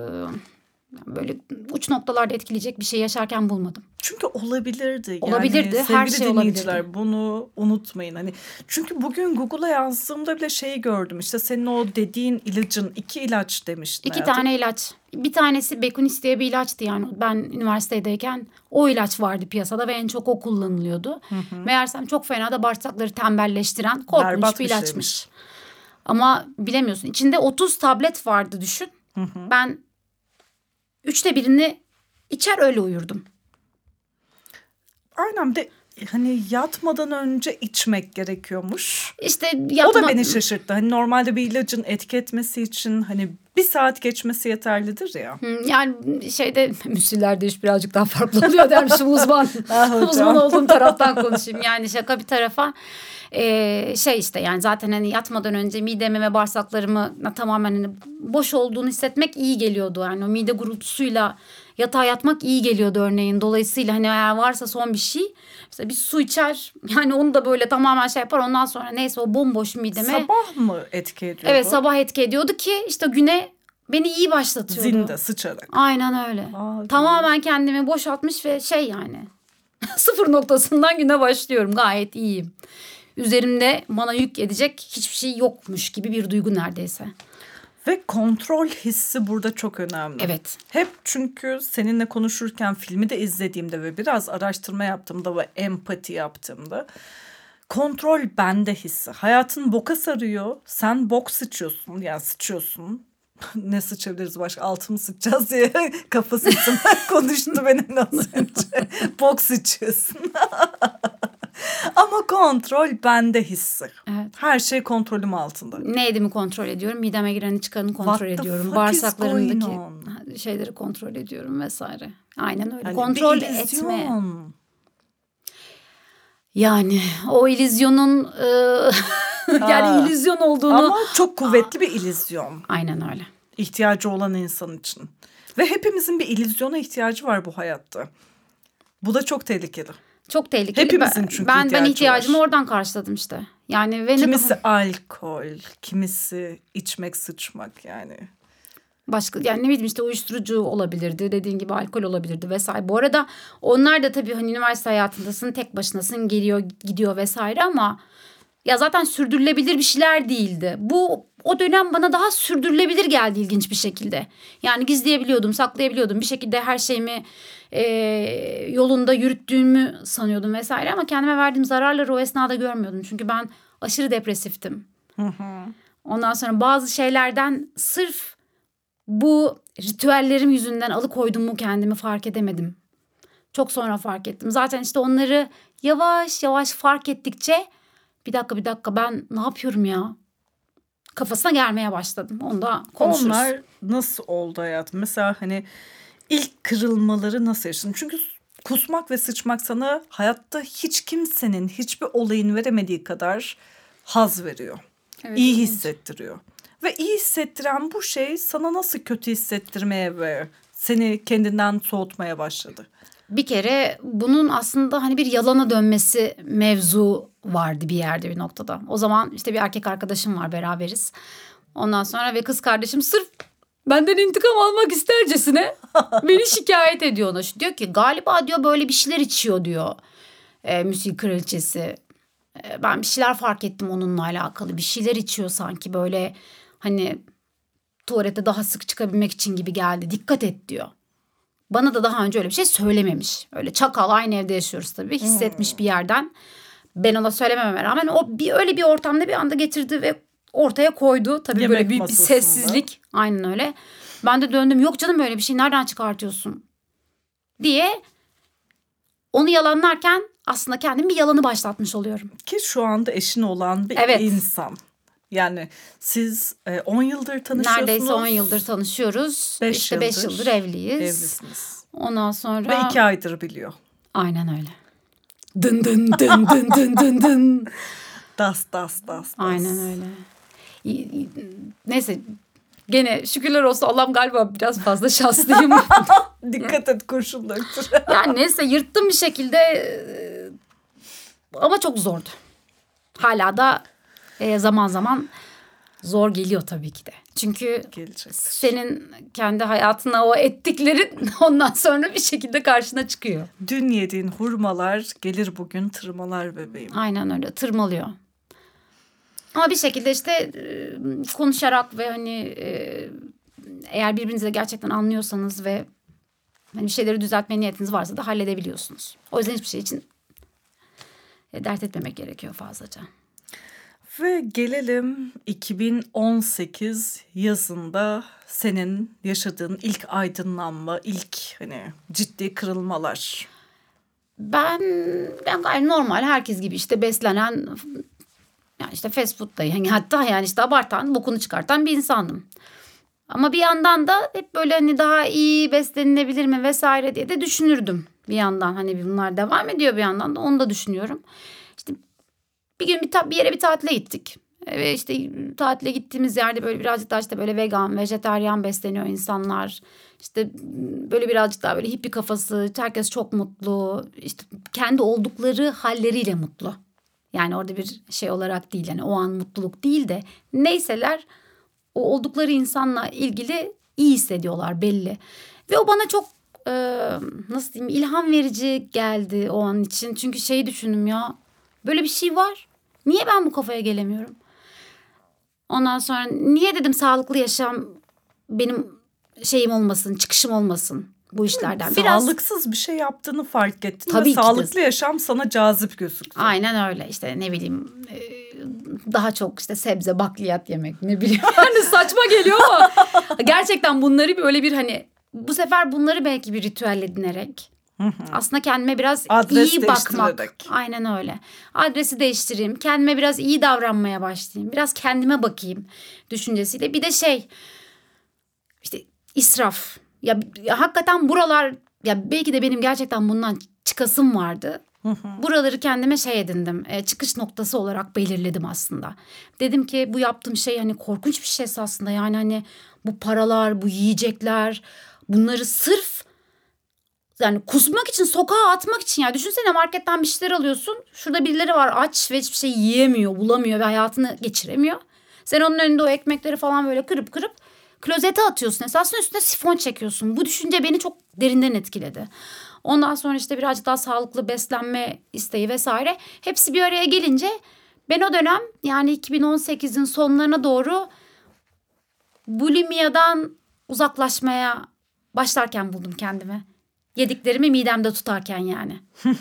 böyle uç noktalarda etkileyecek bir şey yaşarken bulmadım. Çünkü olabilirdi. Olabilirdi, Yani her sevgili şey dinleyiciler, olabilirdi. bunu unutmayın. Hani çünkü bugün Google'a yazdığımda bile şeyi gördüm. İşte senin o dediğin ilacın iki ilaç demiştin. İki hayatım. tane ilaç. Bir tanesi Bekunis diye bir ilaçtı yani. Ben üniversitedeyken o ilaç vardı piyasada ve en çok o kullanılıyordu. Meğersem çok fena da bağırsakları tembelleştiren korkunç Berbat bir bir ilaçmış. şeymiş. Ama bilemiyorsun. İçinde otuz tablet vardı düşün. Ben üçte birini içer öyle uyurdum. Aynen, bir de hani yatmadan önce içmek gerekiyormuş. İşte O yapma... da beni şaşırttı. Hani normalde bir ilacın etki etmesi için hani bir saat geçmesi yeterlidir ya. Hı, yani şeyde müsillerde iş birazcık daha farklı oluyor dermişim uzman. Ah hocam. Uzman olduğum taraftan konuşayım. Yani şaka bir tarafa. Ee, şey işte yani zaten hani yatmadan önce midemi ve bağırsaklarımı tamamen hani boş olduğunu hissetmek iyi geliyordu. Yani o mide gurultusuyla yatağa yatmak iyi geliyordu örneğin. Dolayısıyla hani eğer varsa son bir şey, mesela bir su içer, yani onu da böyle tamamen şey yapar, ondan sonra neyse o bomboş mideme. Sabah mı etki ediyordu? Evet, sabah etki ediyordu ki işte güne beni iyi başlatıyordu. Zinde sıçarak. Aynen öyle. Aa, tamamen kendimi boşaltmış ve şey yani sıfır noktasından güne başlıyorum, gayet iyiyim. Üzerimde bana yük edecek hiçbir şey yokmuş gibi bir duygu neredeyse. Ve kontrol hissi burada çok önemli. Evet. Hep çünkü seninle konuşurken filmi de izlediğimde ve biraz araştırma yaptığımda ve empati yaptığımda kontrol bende hissi. Hayatın boka sarıyor. Sen bok sıçıyorsun. Yani sıçıyorsun. Ne sıçabiliriz başka? Altımı sıçacağız diye kafasından konuştu benimle az önce. Bok sıçıyorsun. Ama kontrol bende hissi. Evet. Her şey kontrolüm altında. Neydi mi kontrol ediyorum? Mideme gireni çıkanı kontrol What the ediyorum. fuck is Bağırsaklarımdaki going on? şeyleri kontrol ediyorum vesaire. Aynen öyle. Yani kontrol bir etme. illüzyon. Yani o illüzyonun e, yani Aa. illüzyon olduğunu. Ama çok kuvvetli bir illüzyon. Aynen öyle. İhtiyacı olan insan için. Ve hepimizin bir illüzyona ihtiyacı var bu hayatta. Bu da çok tehlikeli. Çok tehlikeli. Hepimizin ben, çünkü ben, ben ihtiyacı ihtiyacımı var. oradan karşıladım işte. Yani ve Kimisi ne alkol, kimisi içmek, sıçmak yani. başka, yani ne bileyim işte uyuşturucu olabilirdi, dediğin gibi alkol olabilirdi vesaire. Bu arada onlar da tabii hani üniversite hayatındasın, tek başınasın, geliyor gidiyor vesaire ama ya zaten sürdürülebilir bir şeyler değildi. Bu o dönem bana daha sürdürülebilir geldi ilginç bir şekilde. Yani gizleyebiliyordum, saklayabiliyordum. Bir şekilde her şeyimi e, yolunda yürüttüğümü sanıyordum vesaire. Ama kendime verdiğim zararları o esnada görmüyordum. Çünkü ben aşırı depresiftim. Hı hı. Ondan sonra bazı şeylerden sırf bu ritüellerim yüzünden alıkoyduğumu kendimi fark edemedim. Çok sonra fark ettim. Zaten işte onları yavaş yavaş fark ettikçe bir dakika bir dakika ben ne yapıyorum ya kafasına gelmeye başladım. Onu da konuşuruz. Onlar nasıl oldu hayatım? Mesela hani ilk kırılmaları nasıl yaşadın? Çünkü kusmak ve sıçmak sana hayatta hiç kimsenin hiçbir olayın veremediği kadar haz veriyor. Evet, iyi evet. hissettiriyor. Ve iyi hissettiren bu şey sana nasıl kötü hissettirmeye ve seni kendinden soğutmaya başladı? Bir kere bunun aslında hani bir yalana dönmesi mevzu vardı bir yerde, bir noktada. O zaman işte bir erkek arkadaşım var, beraberiz. Ondan sonra ve kız kardeşim sırf benden intikam almak istercesine beni şikayet ediyor ona. Diyor ki galiba diyor böyle bir şeyler içiyor diyor e, müzik kraliçesi. E, ben bir şeyler fark ettim onunla alakalı, bir şeyler içiyor sanki, böyle hani tuvalete daha sık çıkabilmek için gibi geldi. Dikkat et diyor. Bana da daha önce öyle bir şey söylememiş. Öyle çakal, aynı evde yaşıyoruz tabii. Hissetmiş hmm. bir yerden. Ben ona söylemememe rağmen o bir öyle bir ortamda bir anda getirdi ve ortaya koydu. Tabii yemek böyle büyük bir sessizlik. Aynen öyle. Ben de döndüm. Yok canım öyle bir şey, nereden çıkartıyorsun diye onu yalanlarken aslında kendim bir yalanı başlatmış oluyorum. Ki şu anda eşin olan bir evet. insan. Yani siz e, on yıldır tanışıyorsunuz. Neredeyse on yıldır tanışıyoruz. Beş işte beş yıldır yıldır evliyiz. Evlisiniz. Ondan sonra... Ve iki aydır biliyor. Aynen öyle. Dın dın dın dın dın dın dın. Das das das das. Aynen öyle. Neyse gene şükürler olsun Allah'ım galiba biraz fazla şanslıyım. Dikkat et kurşun döktür. Yani neyse yırttım bir şekilde ama çok zordu. Hala da zaman zaman zor geliyor tabii ki de. Çünkü Gelecektir. senin kendi hayatına o ettiklerin ondan sonra bir şekilde karşına çıkıyor. Dün yediğin hurmalar gelir bugün tırmalar bebeğim. Aynen öyle tırmalıyor. Ama bir şekilde işte konuşarak ve hani eğer birbirinizi de gerçekten anlıyorsanız ve hani bir şeyleri düzeltme niyetiniz varsa da halledebiliyorsunuz. O yüzden hiçbir şey için dert etmemek gerekiyor fazlaca. Ve gelelim iki bin on sekiz yazında senin yaşadığın ilk aydınlanma, ilk hani ciddi kırılmalar. Ben ben gayet normal herkes gibi işte beslenen yani işte fast food'da yani hatta yani işte abartan bokunu çıkartan bir insandım. Ama bir yandan da hep böyle hani daha iyi beslenilebilir mi vesaire diye de düşünürdüm bir yandan. Hani bunlar devam ediyor bir yandan da onu da düşünüyorum. İşte bir gün bir, ta- bir yere bir tatile gittik. Ve işte tatile gittiğimiz yerde böyle birazcık daha işte böyle vegan, vejetaryen besleniyor insanlar. İşte böyle birazcık daha böyle hippie kafası, herkes çok mutlu. İşte kendi oldukları halleriyle mutlu. Yani orada bir şey olarak değil yani o an mutluluk değil de neyseler o oldukları insanla ilgili iyi hissediyorlar belli. Ve o bana çok e, nasıl diyeyim ilham verici geldi o an için. Çünkü şeyi düşündüm ya böyle bir şey var. Niye ben bu kafaya gelemiyorum? Ondan sonra niye dedim sağlıklı yaşam benim şeyim olmasın, çıkışım olmasın bu işlerden. Biraz sağlıksız bir şey yaptığını fark ettin tabii ve sağlıklı yaşam sana cazip gözüktü. Aynen öyle işte ne bileyim daha çok işte sebze bakliyat yemek ne bileyim. Hani saçma geliyor ama gerçekten bunları böyle bir hani bu sefer bunları belki bir ritüel edinerek aslında kendime biraz adres iyi bakmak. Aynen öyle. Adresi değiştireyim. Kendime biraz iyi davranmaya başlayayım. Biraz kendime bakayım düşüncesiyle. Bir de şey işte israf. Ya, ya hakikaten buralar ya belki de benim gerçekten bundan çıkasım vardı. Buraları kendime şey edindim. E, çıkış noktası olarak belirledim aslında. Dedim ki bu yaptığım şey hani korkunç bir şey aslında. Yani hani bu paralar, bu yiyecekler bunları sırf yani kusmak için sokağa atmak için ya düşünsene marketten bir şeyler alıyorsun. Şurada birileri var aç ve hiçbir şey yiyemiyor, bulamıyor ve hayatını geçiremiyor. Sen onun önünde o ekmekleri falan böyle kırıp kırıp klozete atıyorsun. Esasında üstüne sifon çekiyorsun. Bu düşünce beni çok derinden etkiledi. Ondan sonra işte birazcık daha sağlıklı beslenme isteği vesaire. Hepsi bir araya gelince ben o dönem yani iki bin on sekizin sonlarına doğru bulimiyadan uzaklaşmaya başlarken buldum kendimi. Yediklerimi midemde tutarken yani.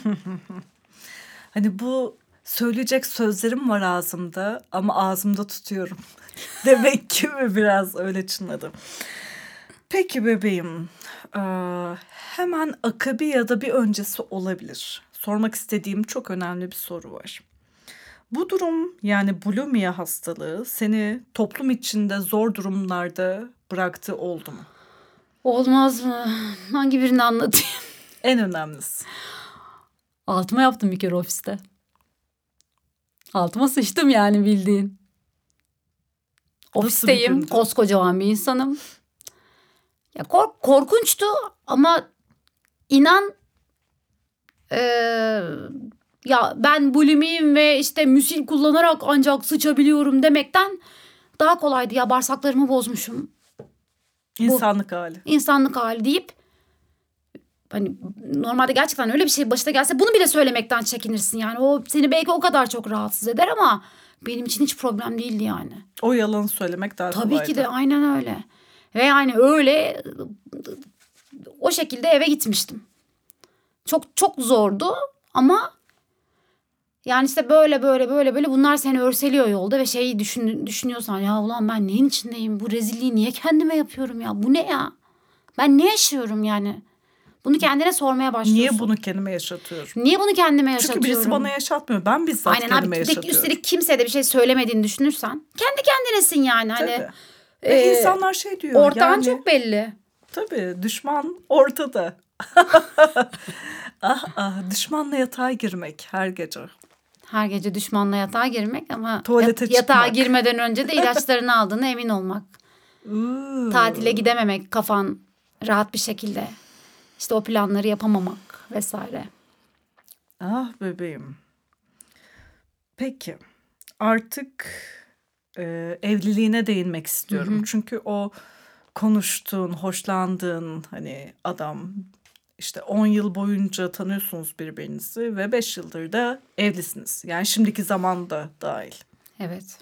Hani bu söyleyecek sözlerim var ağzımda ama ağzımda tutuyorum. Demek ki mi biraz öyle çınladı. Peki bebeğim, ee, hemen akabi ya da bir öncesi olabilir. Sormak istediğim çok önemli bir soru var. Bu durum yani bulimia hastalığı seni toplum içinde zor durumlarda bıraktığı oldu mu? Olmaz mı? Hangi birini anlatayım? En önemlisi. Altıma yaptım bir kere ofiste. Altıma sıçtım yani bildiğin. Ofisteyim. Koskocaman bir insanım. Ya kork korkunçtu ama inan ee, ya ben bulimiyim ve işte müsil kullanarak ancak sıçabiliyorum demekten daha kolaydı. Ya bağırsaklarımı bozmuşum. İnsanlık Bu, hali. İnsanlık hali deyip hani normalde gerçekten öyle bir şey başına gelse bunu bile söylemekten çekinirsin. Yani o seni belki o kadar çok rahatsız eder ama benim için hiç problem değildi yani. O yalanı söylemek daha Tabii kolaydı. ki de aynen öyle. Ve yani öyle o şekilde eve gitmiştim. Çok çok zordu ama yani işte böyle böyle böyle böyle bunlar seni örseliyor yolda ve şeyi düşün, düşünüyorsan ya ulan ben neyin içindeyim? Bu rezilliği niye kendime yapıyorum ya? Bu ne ya? Ben ne yaşıyorum yani? Bunu kendine sormaya başlıyorsun. Niye bunu kendime yaşatıyorum? Niye bunu kendime yaşatıyorum? Çünkü birisi bana yaşatmıyor. Ben bizzat Aynen kendime abi, yaşatıyorum. Üstelik kimseye de bir şey söylemediğini düşünürsen kendi kendinesin yani. Tabii. Hani, Ve e, insanlar şey diyor. Ortağın yani, çok belli. Tabii, düşman ortada. ah ah, düşmanla yatağa girmek her gece. Her gece düşmanla yatağa girmek ama Tuvalete yat- yatağa çıkmak. girmeden önce de ilaçlarını aldığına emin olmak. Uuu. Tatile gidememek, kafan rahat bir şekilde. İşte o planları yapamamak vesaire. Ah bebeğim. Peki, artık e, evliliğine değinmek istiyorum. Çünkü o konuştuğun, hoşlandığın hani adam, işte on yıl boyunca tanıyorsunuz birbirinizi ve beş yıldır da evlisiniz. Yani şimdiki zaman da dahil. Evet.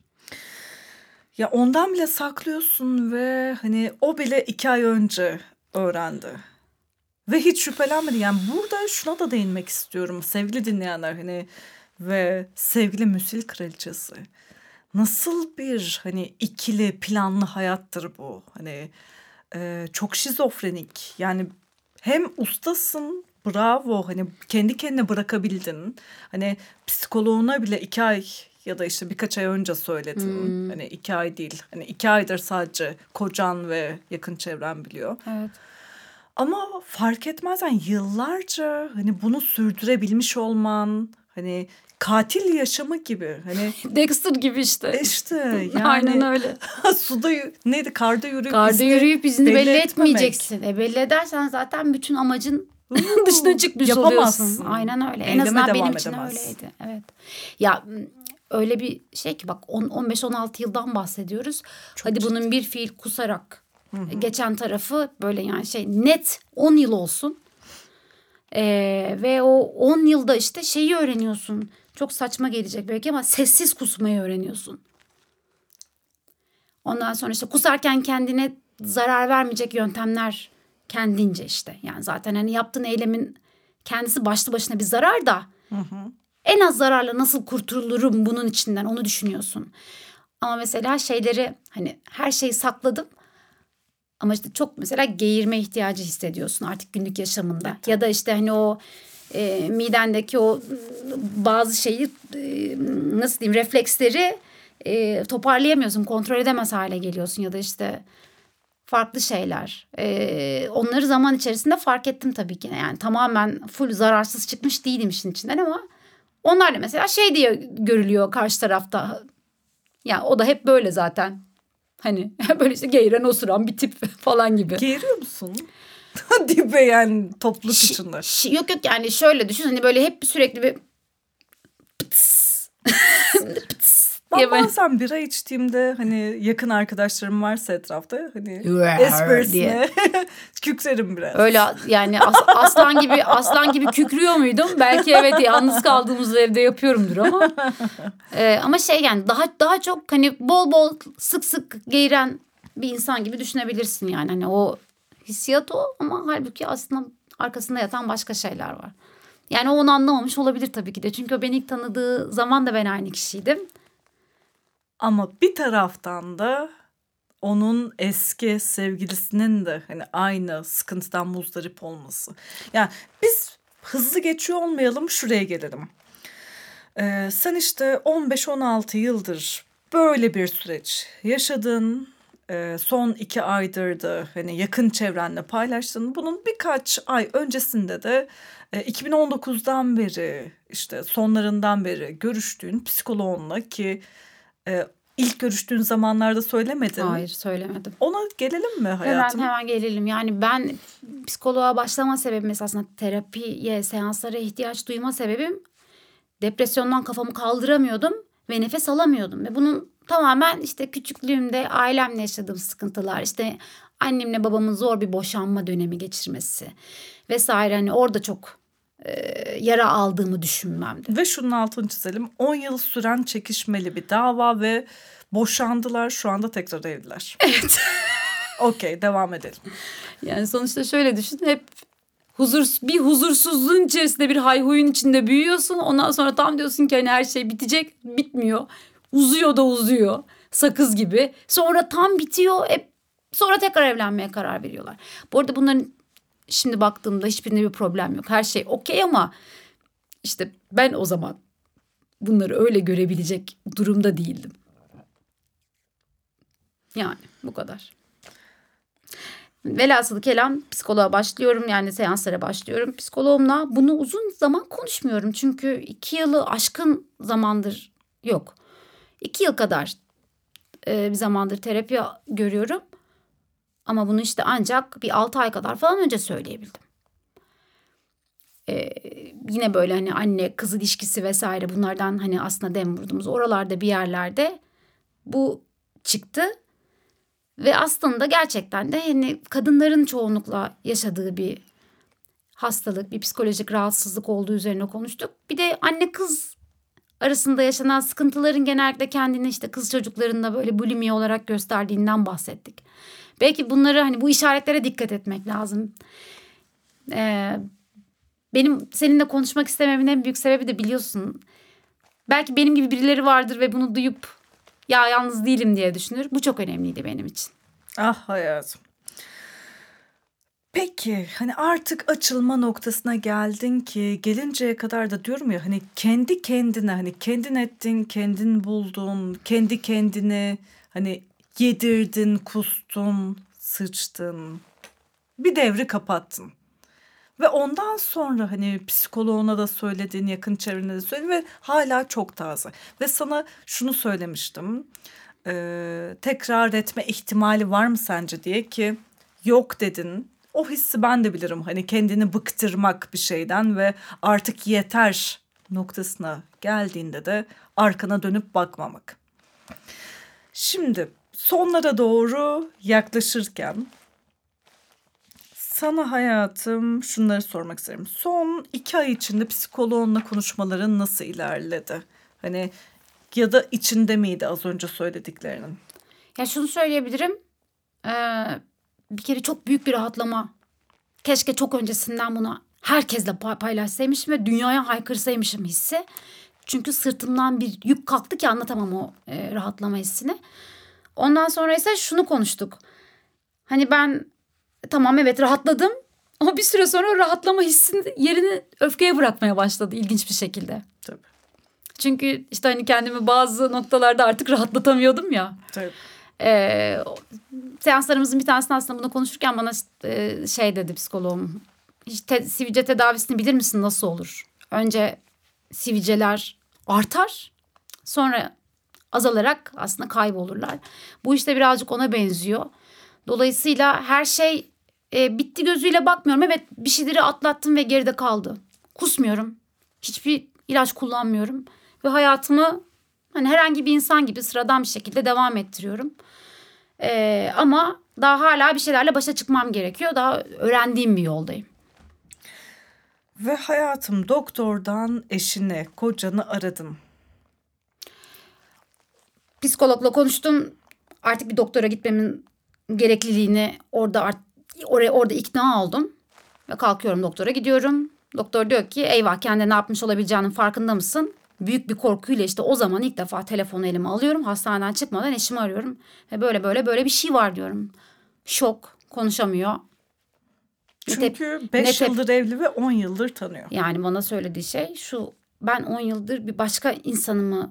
Ya ondan bile saklıyorsun ve hani o bile iki ay önce öğrendi. Ve hiç şüphelenmedi. Yani burada şuna da değinmek istiyorum sevgili dinleyenler, hani ve sevgili Müsil Kraliçesi. Nasıl bir hani ikili planlı hayattır bu? Hani e, çok şizofrenik. Yani hem ustasın, bravo, hani kendi kendine bırakabildin. Hani psikoloğuna bile iki ay ya da işte birkaç ay önce söyledin. Hani iki ay değil. Hani iki aydır sadece kocan ve yakın çevren biliyor. Evet. Ama fark etmez yani yıllarca hani bunu sürdürebilmiş olman, hani katil yaşamı gibi, hani Dexter gibi işte. işte yani Aynen öyle. suda yü- neydi karda yürüyüp Karda izini yürüyüp izini belli belli, etmemek. etmeyeceksin. E belli edersen zaten bütün amacın Uuu, dışına çıkmış yapamazsın. oluyorsun. Aynen öyle. En Eyleme azından devam benim için edemezsin. öyleydi. Evet. Ya m, öyle bir şey ki bak on on beş on altı yıldan bahsediyoruz. Hadi ciddi. bunun bir fiil kusarak geçen tarafı böyle yani şey net on yıl olsun. Ee, ve o on yılda işte şeyi öğreniyorsun. Çok saçma gelecek belki ama sessiz kusmayı öğreniyorsun. Ondan sonra işte kusarken kendine zarar vermeyecek yöntemler kendince işte. Yani zaten hani yaptığın eylemin kendisi başlı başına bir zarar da en az zararla nasıl kurtulurum bunun içinden onu düşünüyorsun. Ama mesela şeyleri hani her şeyi sakladım ama işte çok mesela geğirme ihtiyacı hissediyorsun artık günlük yaşamında. Evet. Ya da işte hani o e, midendeki o bazı şeyi e, nasıl diyeyim refleksleri e, toparlayamıyorsun, kontrol edemez hale geliyorsun ya da işte farklı şeyler. E, onları zaman içerisinde fark ettim tabii ki. Yani tamamen full zararsız çıkmış değilim işin içinden ama onlar da mesela şey diye görülüyor karşı tarafta. Ya o da hep böyle zaten. Hani böyle işte geğiren osuran bir tip falan gibi. Geğiriyor musun? Dibe yani topluluk Ş- içinde. ş- yok yok yani şöyle düşün hani böyle hep sürekli bir pıtıs, pıtıs Ben diye böyle bazen bira içtiğimde hani yakın arkadaşlarım varsa etrafta hani diye. esprisine kükrerim biraz. Öyle yani as- aslan gibi aslan gibi kükrüyor muydum? Belki evet yalnız kaldığımız evde yapıyorumdur ama Ee, ama şey yani daha daha çok hani bol bol sık sık geğiren bir insan gibi düşünebilirsin yani hani o hissiyat o ama halbuki aslında arkasında yatan başka şeyler var. Yani o onu anlamamış olabilir tabii ki de çünkü o beni ilk tanıdığı zaman da ben aynı kişiydim. Ama bir taraftan da onun eski sevgilisinin de hani aynı sıkıntıdan muzdarip olması. Yani biz hızlı geçiyor olmayalım, şuraya gelelim. Ee, sen işte on beş on altı yıldır böyle bir süreç yaşadın. Ee, son iki aydır da hani yakın çevrenle paylaştın. Bunun birkaç ay öncesinde de e, iki bin on dokuzdan beri işte sonlarından beri görüştüğün psikoloğunla ki e, ilk görüştüğün zamanlarda söylemedin. Hayır söylemedim. Ona gelelim mi Hemen hayatım? hemen gelelim. Yani ben psikoloğa başlama sebebim esasında terapiye, seanslara ihtiyaç duyma sebebim depresyondan kafamı kaldıramıyordum ve nefes alamıyordum. Ve bunun tamamen işte küçüklüğümde ailemle yaşadığım sıkıntılar, işte annemle babamın zor bir boşanma dönemi geçirmesi vesaire hani orada çok e, yara aldığımı düşünmemdi. Ve şunun altını çizelim. on yıl süren çekişmeli bir dava ve boşandılar. Şu anda tekrar evliler. Evet. Okey, devam edelim. Yani sonuçta şöyle düşün, hep huzur bir huzursuzluğun içerisinde bir hayhuyun içinde büyüyorsun. Ondan sonra tam diyorsun ki hani her şey bitecek, bitmiyor. Uzuyor da uzuyor. Sakız gibi. Sonra tam bitiyor. Hep sonra tekrar evlenmeye karar veriyorlar. Bu arada bunların şimdi baktığımda hiçbirinde bir problem yok. Her şey okey ama işte ben o zaman bunları öyle görebilecek durumda değildim. Yani bu kadar. Velhasılı kelam psikoloğa başlıyorum, yani seanslara başlıyorum. Psikoloğumla bunu uzun zaman konuşmuyorum. Çünkü iki yılı aşkın zamandır yok. İki yıl kadar e, bir zamandır terapi görüyorum. Ama bunu işte ancak bir altı ay kadar falan önce söyleyebildim. Ee, yine böyle hani anne kız ilişkisi vesaire, bunlardan hani aslında dem vurduğumuz oralarda bir yerlerde bu çıktı. Ve aslında gerçekten de hani kadınların çoğunlukla yaşadığı bir hastalık, bir psikolojik rahatsızlık olduğu üzerine konuştuk. Bir de anne kız arasında yaşanan sıkıntıların genellikle kendini işte kız çocuklarında böyle bulimi olarak gösterdiğinden bahsettik. Belki bunları, hani bu işaretlere dikkat etmek lazım. Ee, benim seninle konuşmak istememin en büyük sebebi de biliyorsun. Belki benim gibi birileri vardır ve bunu duyup ya yalnız değilim diye düşünür. Bu çok önemliydi benim için. Ah hayatım. Peki hani artık açılma noktasına geldin ki gelinceye kadar da diyorum ya, hani kendi kendine, hani kendin ettin, kendin buldun, kendi kendini hani yedirdin, kustun, sıçtın, bir devri kapattın. Ve ondan sonra hani psikoloğuna da söyledin, yakın çevrene de söyledin ve hala çok taze. Ve sana şunu söylemiştim, eee, tekrar etme ihtimali var mı sence diye, ki yok dedin. O hissi ben de bilirim, hani kendini bıktırmak bir şeyden ve artık yeter noktasına geldiğinde de arkana dönüp bakmamak. Şimdi sonlara doğru yaklaşırken sana hayatım şunları sormak isterim. Son iki ay içinde psikoloğunla konuşmaların nasıl ilerledi? Hani ya da içinde miydi az önce söylediklerinin? Ya şunu söyleyebilirim. Ee, bir kere çok büyük bir rahatlama. Keşke çok öncesinden bunu herkesle pa- paylaşsaymışım ve dünyaya haykırsaymışım hissi. Çünkü sırtımdan bir yük kalktı ki anlatamam o e, rahatlama hissini. Ondan sonra ise şunu konuştuk. Hani ben tamam evet rahatladım. Ama bir süre sonra o rahatlama hissinin yerini öfkeye bırakmaya başladı ilginç bir şekilde. Tabii. Çünkü işte hani kendimi bazı noktalarda artık rahatlatamıyordum ya. Tabii. Ee, seanslarımızın bir tanesinde aslında bunu konuşurken bana e, şey dedi psikoloğum. Hiç te- sivilce tedavisini bilir misin, nasıl olur? Önce sivilceler artar, sonra azalarak aslında kaybolurlar. Bu işte birazcık ona benziyor. Dolayısıyla her şey e, bitti gözüyle bakmıyorum. Evet, bir şeyleri atlattım ve geride kaldı. Kusmuyorum. Hiçbir ilaç kullanmıyorum. Ve hayatımı hani herhangi bir insan gibi sıradan bir şekilde devam ettiriyorum. E, ama daha hala bir şeylerle başa çıkmam gerekiyor. Daha öğrendiğim bir yoldayım. Ve hayatım doktordan eşini, kocanı aradın. Psikologla konuştum. Artık bir doktora gitmemin gerekliliğini orada art, oraya orada ikna oldum. Ve kalkıyorum, doktora gidiyorum. Doktor diyor ki eyvah, kendine ne yapmış olabileceğinin farkında mısın? Büyük bir korkuyla işte o zaman ilk defa telefonu elime alıyorum. Hastaneden çıkmadan eşimi arıyorum. Ve böyle böyle böyle bir şey var diyorum. Şok, konuşamıyor. Ne tep- Çünkü beş ne tep- yıldır evli ve on yıldır tanıyor. Yani bana söylediği şey şu: ben on yıldır bir başka insanımı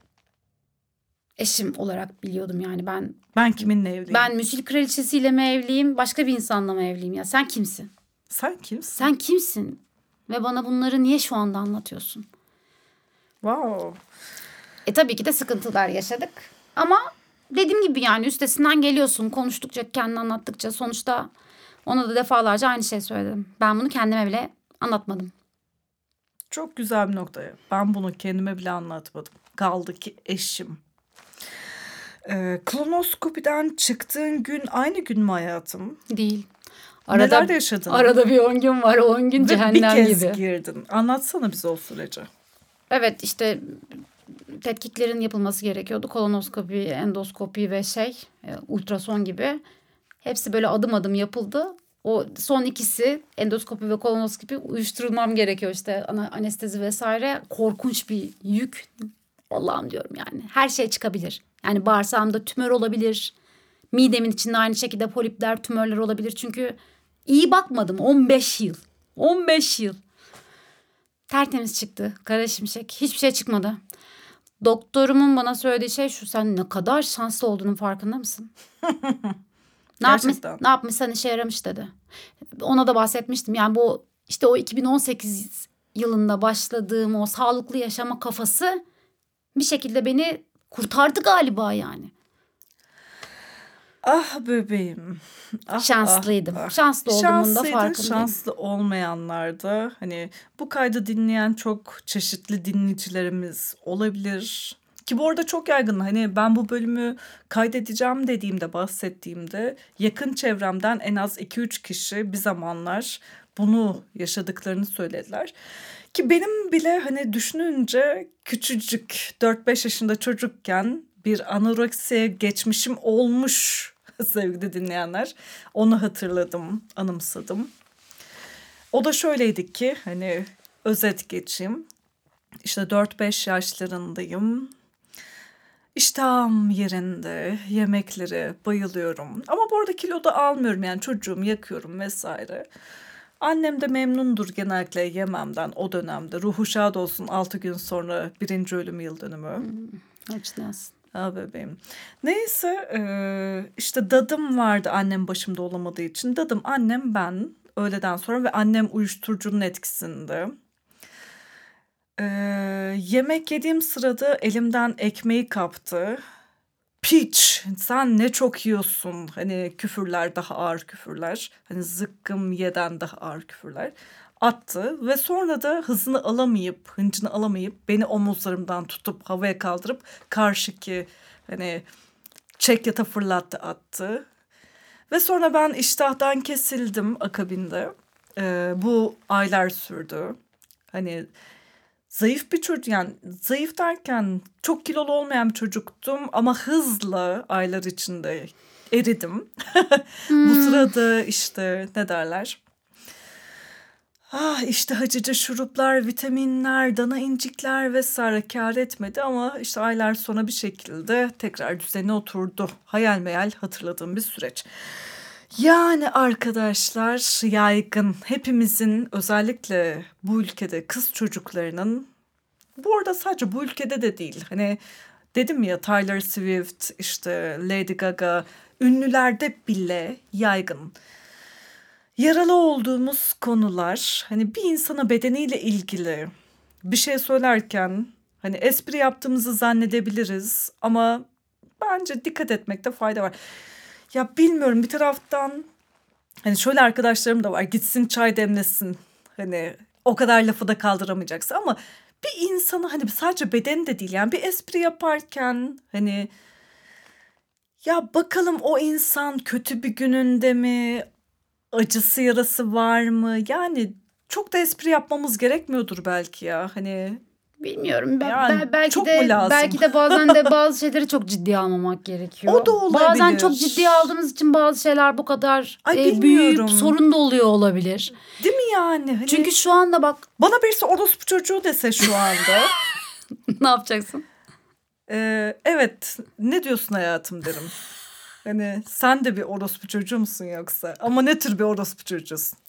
eşim olarak biliyordum. Yani ben Ben kiminle evliyim? ben müsil kraliçesiyle mi evliyim, başka bir insanla mı evliyim? Ya sen kimsin? Sen kimsin? Sen kimsin? Ve bana bunları niye şu anda anlatıyorsun? Wow. E tabii ki de sıkıntılar yaşadık. Ama dediğim gibi yani üstesinden geliyorsun. Konuştukça, kendini anlattıkça, sonuçta ona da defalarca aynı şey söyledim. Ben bunu kendime bile anlatmadım. Çok güzel bir noktaya. Ben bunu kendime bile anlatmadım. Kaldı ki eşim. Ee, kolonoskopiden çıktığın gün aynı gün mü hayatım? Değil. Neler yaşadın? Arada bir on gün var. on gün Ve cehennem bir kez gibi. girdin. Anlatsana bize o süreci. Evet, işte tetkiklerin yapılması gerekiyordu. Kolonoskopi, endoskopi ve şey e, ultrason gibi. Hepsi böyle adım adım yapıldı. O son ikisi, endoskopi ve kolonoskopi, uyuşturulmam gerekiyor işte, ana, anestezi vesaire. Korkunç bir yük. Allah'ım diyorum yani. Her şey çıkabilir. Yani bağırsağımda tümör olabilir. Midemin içinde aynı şekilde polipler, tümörler olabilir. Çünkü iyi bakmadım on beş yıl. on beş yıl. Tertemiz çıktı. Kara şimşek. Hiçbir şey çıkmadı. Doktorumun bana söylediği şey şu: sen ne kadar şanslı olduğunun farkında mısın? Ne yapmış, Gerçekten. ne yapmışsan işe yaramış dedi. Ona da bahsetmiştim. Yani bu işte o iki bin on sekiz yılında başladığım o sağlıklı yaşama kafası bir şekilde beni kurtardı galiba yani. Ah bebeğim. Ah, Şanslıydım. ah, ah. Şanslı olduğumun da Şanslıydın, farkındayım. şanslı olmayanlar da hani bu kaydı dinleyen çok çeşitli dinleyicilerimiz olabilir. Ki bu arada çok yaygın. Hani ben bu bölümü kaydedeceğim dediğimde, bahsettiğimde yakın çevremden en az iki üç kişi bir zamanlar bunu yaşadıklarını söylediler. Ki benim bile hani düşününce küçücük dört beş yaşında çocukken bir anoreksiye geçmişim olmuş sevgili dinleyenler. Onu hatırladım, anımsadım. O da şöyleydi ki hani özet geçeyim. İşte dört beş yaşlarındayım. İştahım yerinde, yemeklere bayılıyorum. Ama bu arada kilo da almıyorum, yani çocuğum yakıyorum vesaire. Annem de memnundur genellikle yememden o dönemde. Ruhu şad olsun, altı gün sonra birinci ölüm yıl dönümü. Açıkçası. Ha bebeğim. Neyse eee, işte dadım vardı annem başımda olamadığı için. Dadım, annem, ben öğleden sonra ve annem uyuşturucunun etkisinde. Eee, yemek yediğim sırada elimden ekmeği kaptı. Piç, sen ne çok yiyorsun. Hani küfürler, daha ağır küfürler. Hani zıkkım yeden daha ağır küfürler. Attı ve sonra da hızını alamayıp, hıncını alamayıp beni omuzlarımdan tutup havaya kaldırıp karşıki hani çekyata fırlattı, attı. Ve sonra ben iştahtan kesildim akabinde. Ee, bu aylar sürdü. Hani zayıf bir çocuk, yani zayıf derken çok kilolu olmayan bir çocuktum ama hızla aylar içinde eridim. Bu sırada işte ne derler? Ah işte hacıcı şuruplar, vitaminler, dana incikler vesaire kâr etmedi ama işte aylar sonra bir şekilde tekrar düzene oturdu. Hayal meyal hatırladığım bir süreç. Yani arkadaşlar, yaygın, hepimizin, özellikle bu ülkede kız çocuklarının, bu arada sadece bu ülkede de değil. Hani dedim ya, Taylor Swift, işte Lady Gaga, ünlülerde bile yaygın. Yaralı olduğumuz konular, hani bir insana bedeniyle ilgili bir şey söylerken hani espri yaptığımızı zannedebiliriz ama bence dikkat etmekte fayda var. Ya bilmiyorum, bir taraftan hani şöyle arkadaşlarım da var, gitsin çay demlesin, hani o kadar lafı da kaldıramayacaksın ama bir insana hani sadece bedeni de değil, yani bir espri yaparken hani ya bakalım o insan kötü bir gününde mi, acısı yarası var mı, yani çok da espri yapmamız gerekmiyordur belki ya, hani Bilmiyorum. Ben, yani ben- belki çok mu de lazım? belki de bazen de bazı şeyleri çok ciddiye almamak gerekiyor. O da olabilir. Bazen çok ciddiye aldığımız için bazı şeyler bu kadar Ay, e, bilmiyorum. büyüyüp sorun da oluyor olabilir. Değil mi yani? Hani Çünkü şu anda bak bana birisi orospu çocuğu dese şu anda. ne yapacaksın? Ee, evet, ne diyorsun hayatım derim. Hani sen de bir orospu çocuğu musun yoksa? Ama ne tür bir orospu çocuğusun?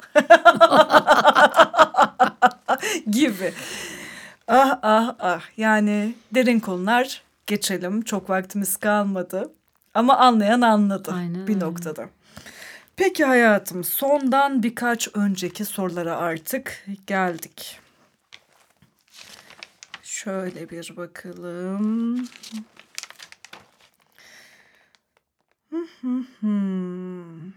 Gibi. Ah ah ah. Yani derin konular, geçelim. Çok vaktimiz kalmadı. Ama anlayan anladı. Aynen bir öyle. noktada. Peki hayatım, sondan birkaç önceki sorulara artık geldik. Şöyle bir bakalım. Hmm.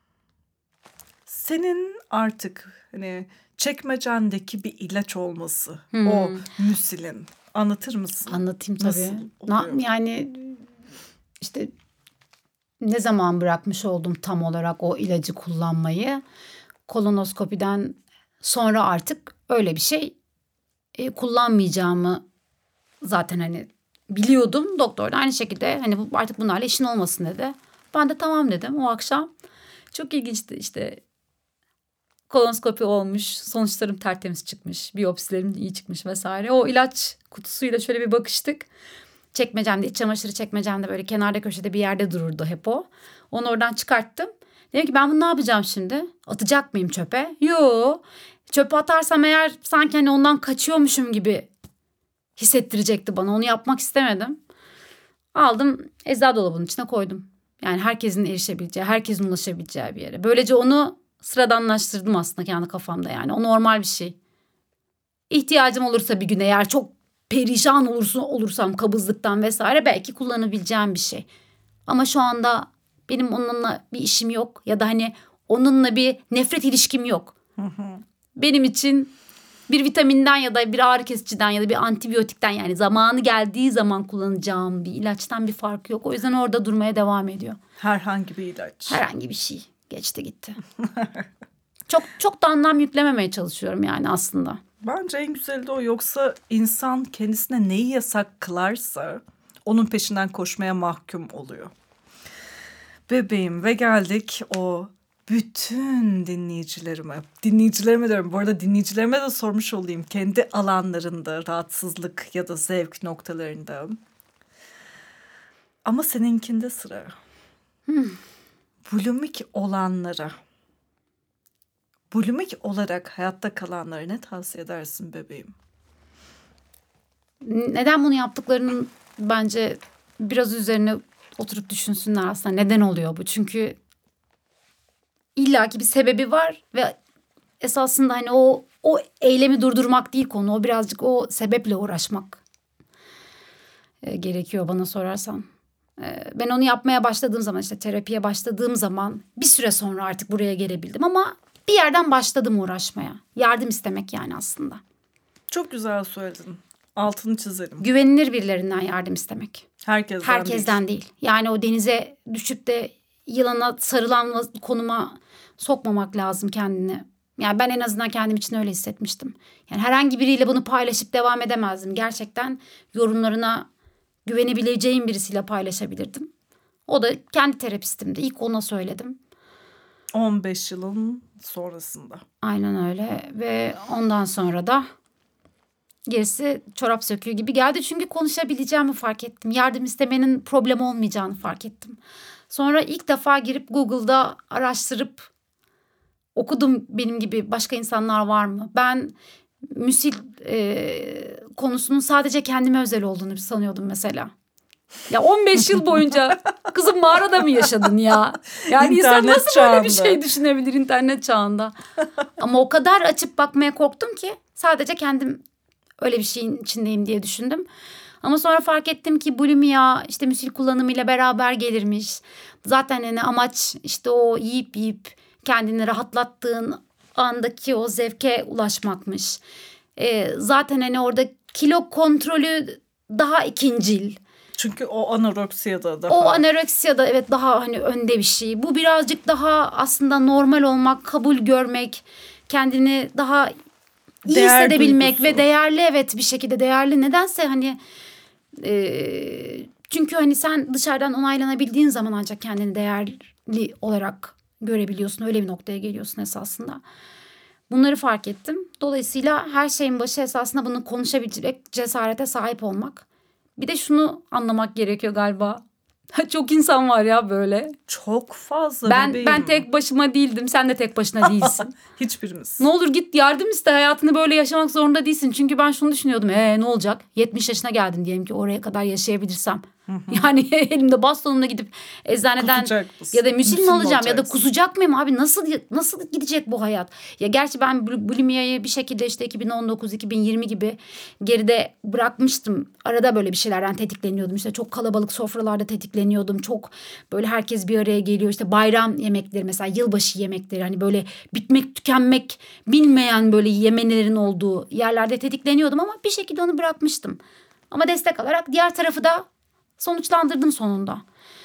Senin artık hani çekmecendeki bir ilaç olması, o müsilin. Anlatır mısın? Anlatayım Nasıl tabii. oluyor? Na, yani işte ne zaman bırakmış oldum tam olarak o ilacı kullanmayı? Kolonoskopiden sonra artık öyle bir şey e, kullanmayacağımı zaten hani biliyordum. Doktor da aynı şekilde hani bu, artık bunlarla işin olmasın dedi. Ben de tamam dedim o akşam. Çok ilginçti işte. Kolonoskopi olmuş, sonuçlarım tertemiz çıkmış, biyopsilerim iyi çıkmış vesaire. O ilaç kutusuyla şöyle bir bakıştık. Çekmecemde, iç çamaşırı çekmecemde böyle kenarda köşede bir yerde dururdu hep o. Onu oradan çıkarttım. Dedim ki ben bunu ne yapacağım şimdi? Atacak mıyım çöpe? Yo. Çöpe atarsam eğer sanki hani ondan kaçıyormuşum gibi hissettirecekti bana. Onu yapmak istemedim. Aldım eczacı dolabının içine koydum. Yani herkesin erişebileceği, herkesin ulaşabileceği bir yere. Böylece onu sıradanlaştırdım aslında kendi kafamda yani. O normal bir şey. İhtiyacım olursa bir gün eğer çok perişan olursun, olursam kabızlıktan vesaire belki kullanabileceğim bir şey. Ama şu anda benim onunla bir işim yok. Ya da hani onunla bir nefret ilişkim yok. Benim için bir vitaminden ya da bir ağrı kesiciden ya da bir antibiyotikten yani zamanı geldiği zaman kullanacağım bir ilaçtan bir farkı yok. O yüzden orada durmaya devam ediyor. Herhangi bir ilaç. Herhangi bir şey. Geçti gitti. çok çok da anlam yüklememeye çalışıyorum yani aslında. Bence en güzeli de o. Yoksa insan kendisine neyi yasak kılarsa onun peşinden koşmaya mahkum oluyor. Bebeğim ve geldik o bütün dinleyicilerime, dinleyicilerime diyorum. Bu arada dinleyicilerime de sormuş olayım. Kendi alanlarında, rahatsızlık ya da zevk noktalarında. Ama seninkinde sıra. Hmm. Bulimik olanlara, bulimik olarak hayatta kalanlara ne tavsiye edersin bebeğim? Neden bunu yaptıklarının bence biraz üzerine oturup düşünsünler aslında. Neden oluyor bu? Çünkü illaki bir sebebi var ve esasında hani o o eylemi durdurmak değil konu. O birazcık o sebeple uğraşmak e, gerekiyor bana sorarsan. E, ben onu yapmaya başladığım zaman işte terapiye başladığım zaman bir süre sonra artık buraya gelebildim ama bir yerden başladım uğraşmaya. Yardım istemek yani aslında. Çok güzel söyledin. Altını çizelim. Güvenilir birilerinden yardım istemek. Herkesten, Herkesten değil. değil. Yani o denize düşüp de yılana sarılan konuma sokmamak lazım kendini. Yani ben en azından kendim için öyle hissetmiştim. Yani herhangi biriyle bunu paylaşıp devam edemezdim. Gerçekten yorumlarına güvenebileceğim birisiyle paylaşabilirdim. O da kendi terapistimdi. İlk ona söyledim. on beş yılın sonrasında. Aynen öyle ve ondan sonra da gerisi çorap söküğü gibi geldi. Çünkü konuşabileceğimi fark ettim. Yardım istemenin problem olmayacağını fark ettim. Sonra ilk defa girip Google'da araştırıp okudum benim gibi başka insanlar var mı? Ben müsil e, konusunun sadece kendime özel olduğunu sanıyordum mesela. Ya on beş yıl boyunca kızım mağarada mı yaşadın ya? Yani İnternet insan nasıl çağında. böyle bir şey düşünebilir internet çağında? Ama o kadar açıp bakmaya korktum ki sadece kendim öyle bir şeyin içindeyim diye düşündüm. Ama sonra fark ettim ki bulimia işte müsil kullanımıyla beraber gelirmiş. Zaten hani amaç işte o yiyip yiyip kendini rahatlattığın andaki o zevke ulaşmakmış. Ee, zaten hani orada kilo kontrolü daha ikincil. Çünkü o anoreksiyada daha. O anoreksiyada evet daha hani önde bir şey. Bu birazcık daha aslında normal olmak, kabul görmek, kendini daha iyi Değer hissedebilmek duygusu. ve değerli evet bir şekilde değerli. Nedense hani e, çünkü hani sen dışarıdan onaylanabildiğin zaman ancak kendini değerli olarak görebiliyorsun. Öyle bir noktaya geliyorsun esasında. Bunları fark ettim. Dolayısıyla her şeyin başı esasında bunu konuşabilecek cesarete sahip olmak. Bir de şunu anlamak gerekiyor galiba. Çok insan var ya böyle. Çok fazla Ben bebeğim. ben tek başıma değildim. Sen de tek başına değilsin. Hiçbirimiz. Ne olur git yardım iste. Hayatını böyle yaşamak zorunda değilsin. Çünkü ben şunu düşünüyordum. Ee ne olacak? yetmiş yaşına geldim diyelim ki oraya kadar yaşayabilirsem. Yani elimde bastonumla gidip eczaneden ya da müsil mi alacağım ya da kusacak mıyım abi? Nasıl nasıl gidecek bu hayat? Ya gerçi ben bulimia'yı bir şekilde işte iki bin on dokuz iki bin yirmi gibi geride bırakmıştım. Arada böyle bir şeylerden tetikleniyordum. İşte çok kalabalık sofralarda tetikleniyordum. Çok böyle herkes bir araya geliyor. İşte bayram yemekleri mesela yılbaşı yemekleri hani böyle bitmek tükenmek bilmeyen böyle yemenlerin olduğu yerlerde tetikleniyordum ama bir şekilde onu bırakmıştım. Ama destek alarak diğer tarafı da sonuçlandırdım sonunda.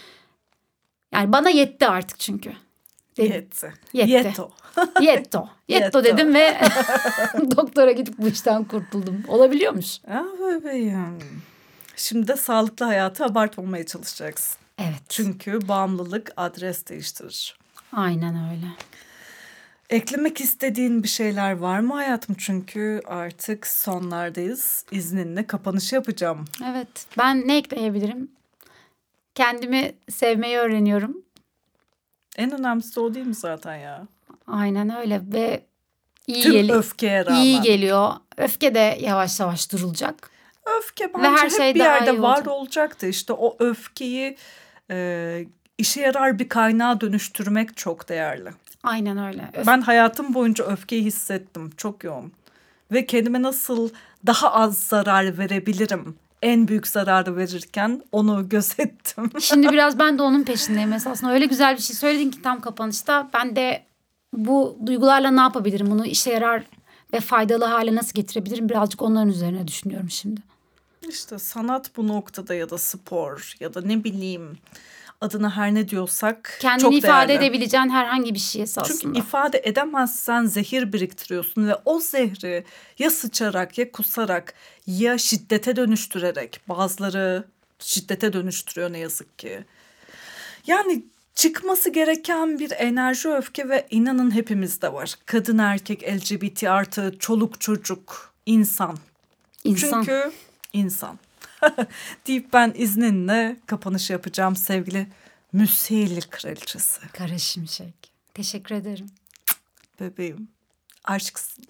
Yani bana yetti artık çünkü. Yetti. Yetti. Yetto. Yetto. Yetto dedim ve doktora gidip bu işten kurtuldum. Olabiliyormuş. Ah bebeğim. Şimdi de sağlıklı hayatı abartmamaya çalışacaksın. Evet. Çünkü bağımlılık adres değiştirir. Aynen öyle. Eklemek istediğin bir şeyler var mı hayatım? Çünkü artık sonlardayız. İzninle kapanışı yapacağım. Evet. Ben ne ekleyebilirim? Kendimi sevmeyi öğreniyorum. En önemlisi o değil mi zaten ya? Aynen öyle ve iyi, Tüm geli- öfkeye rağmen. iyi geliyor. Öfke de yavaş yavaş durulacak. Öfke bence her hep şey bir daha yerde iyi var olacak. olacaktı. İşte o öfkeyi e, işe yarar bir kaynağa dönüştürmek çok değerli. Aynen öyle. Öf- Ben hayatım boyunca öfkeyi hissettim çok yoğun. Ve kendime nasıl daha az zarar verebilirim? En büyük zararı verirken onu gözettim. Şimdi biraz ben de onun peşindeyim esasında. Öyle güzel bir şey söyledin ki tam kapanışta. Ben de bu duygularla ne yapabilirim? Bunu işe yarar ve faydalı hale nasıl getirebilirim? Birazcık onların üzerine düşünüyorum şimdi. İşte sanat bu noktada ya da spor ya da ne bileyim adına her ne diyorsak Kendini çok ifade değerli. edebileceğin herhangi bir şey esasında. Çünkü ifade edemezsen zehir biriktiriyorsun ve o zehri ya sıçarak ya kusarak ya şiddete dönüştürerek, bazıları şiddete dönüştürüyor ne yazık ki. Yani çıkması gereken bir enerji, öfke ve inanın hepimizde var. Kadın, erkek, L G B T artı, çoluk, çocuk, insan. İnsan. Çünkü insan. Deyip ben izninle kapanış yapacağım sevgili Müsil Kraliçesi. Kara Şimşek. Teşekkür ederim. Bebeğim, aşksın.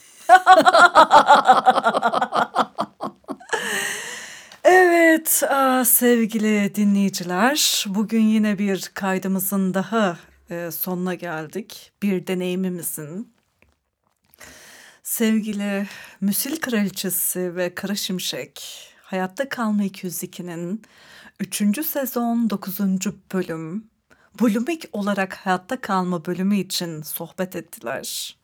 Evet aa, sevgili dinleyiciler, bugün yine bir kaydımızın daha e, sonuna geldik. Bir deneyimimizin. Sevgili Müsil Kraliçesi ve Kara Şimşek, Hayatta Kalma iki yüz iki'nin üçüncü sezon dokuzuncu bölüm, Blumik olarak hayatta kalma bölümü için sohbet ettiler.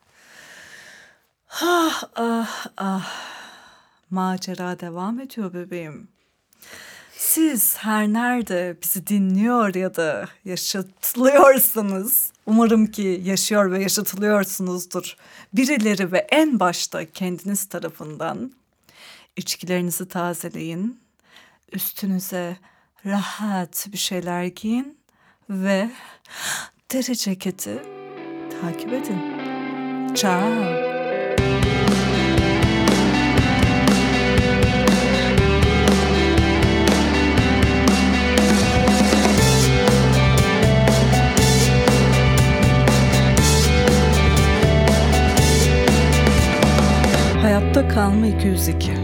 Ah ah ah, macera devam ediyor bebeğim. Siz her nerede bizi dinliyor ya da yaşatılıyorsanız, umarım ki yaşıyor ve yaşatılıyorsunuzdur. Birileri ve en başta kendiniz tarafından içkilerinizi tazeleyin, üstünüze rahat bir şeyler giyin ve deri ceketi takip edin. Ciao. Hayatta Kalma iki yüz iki.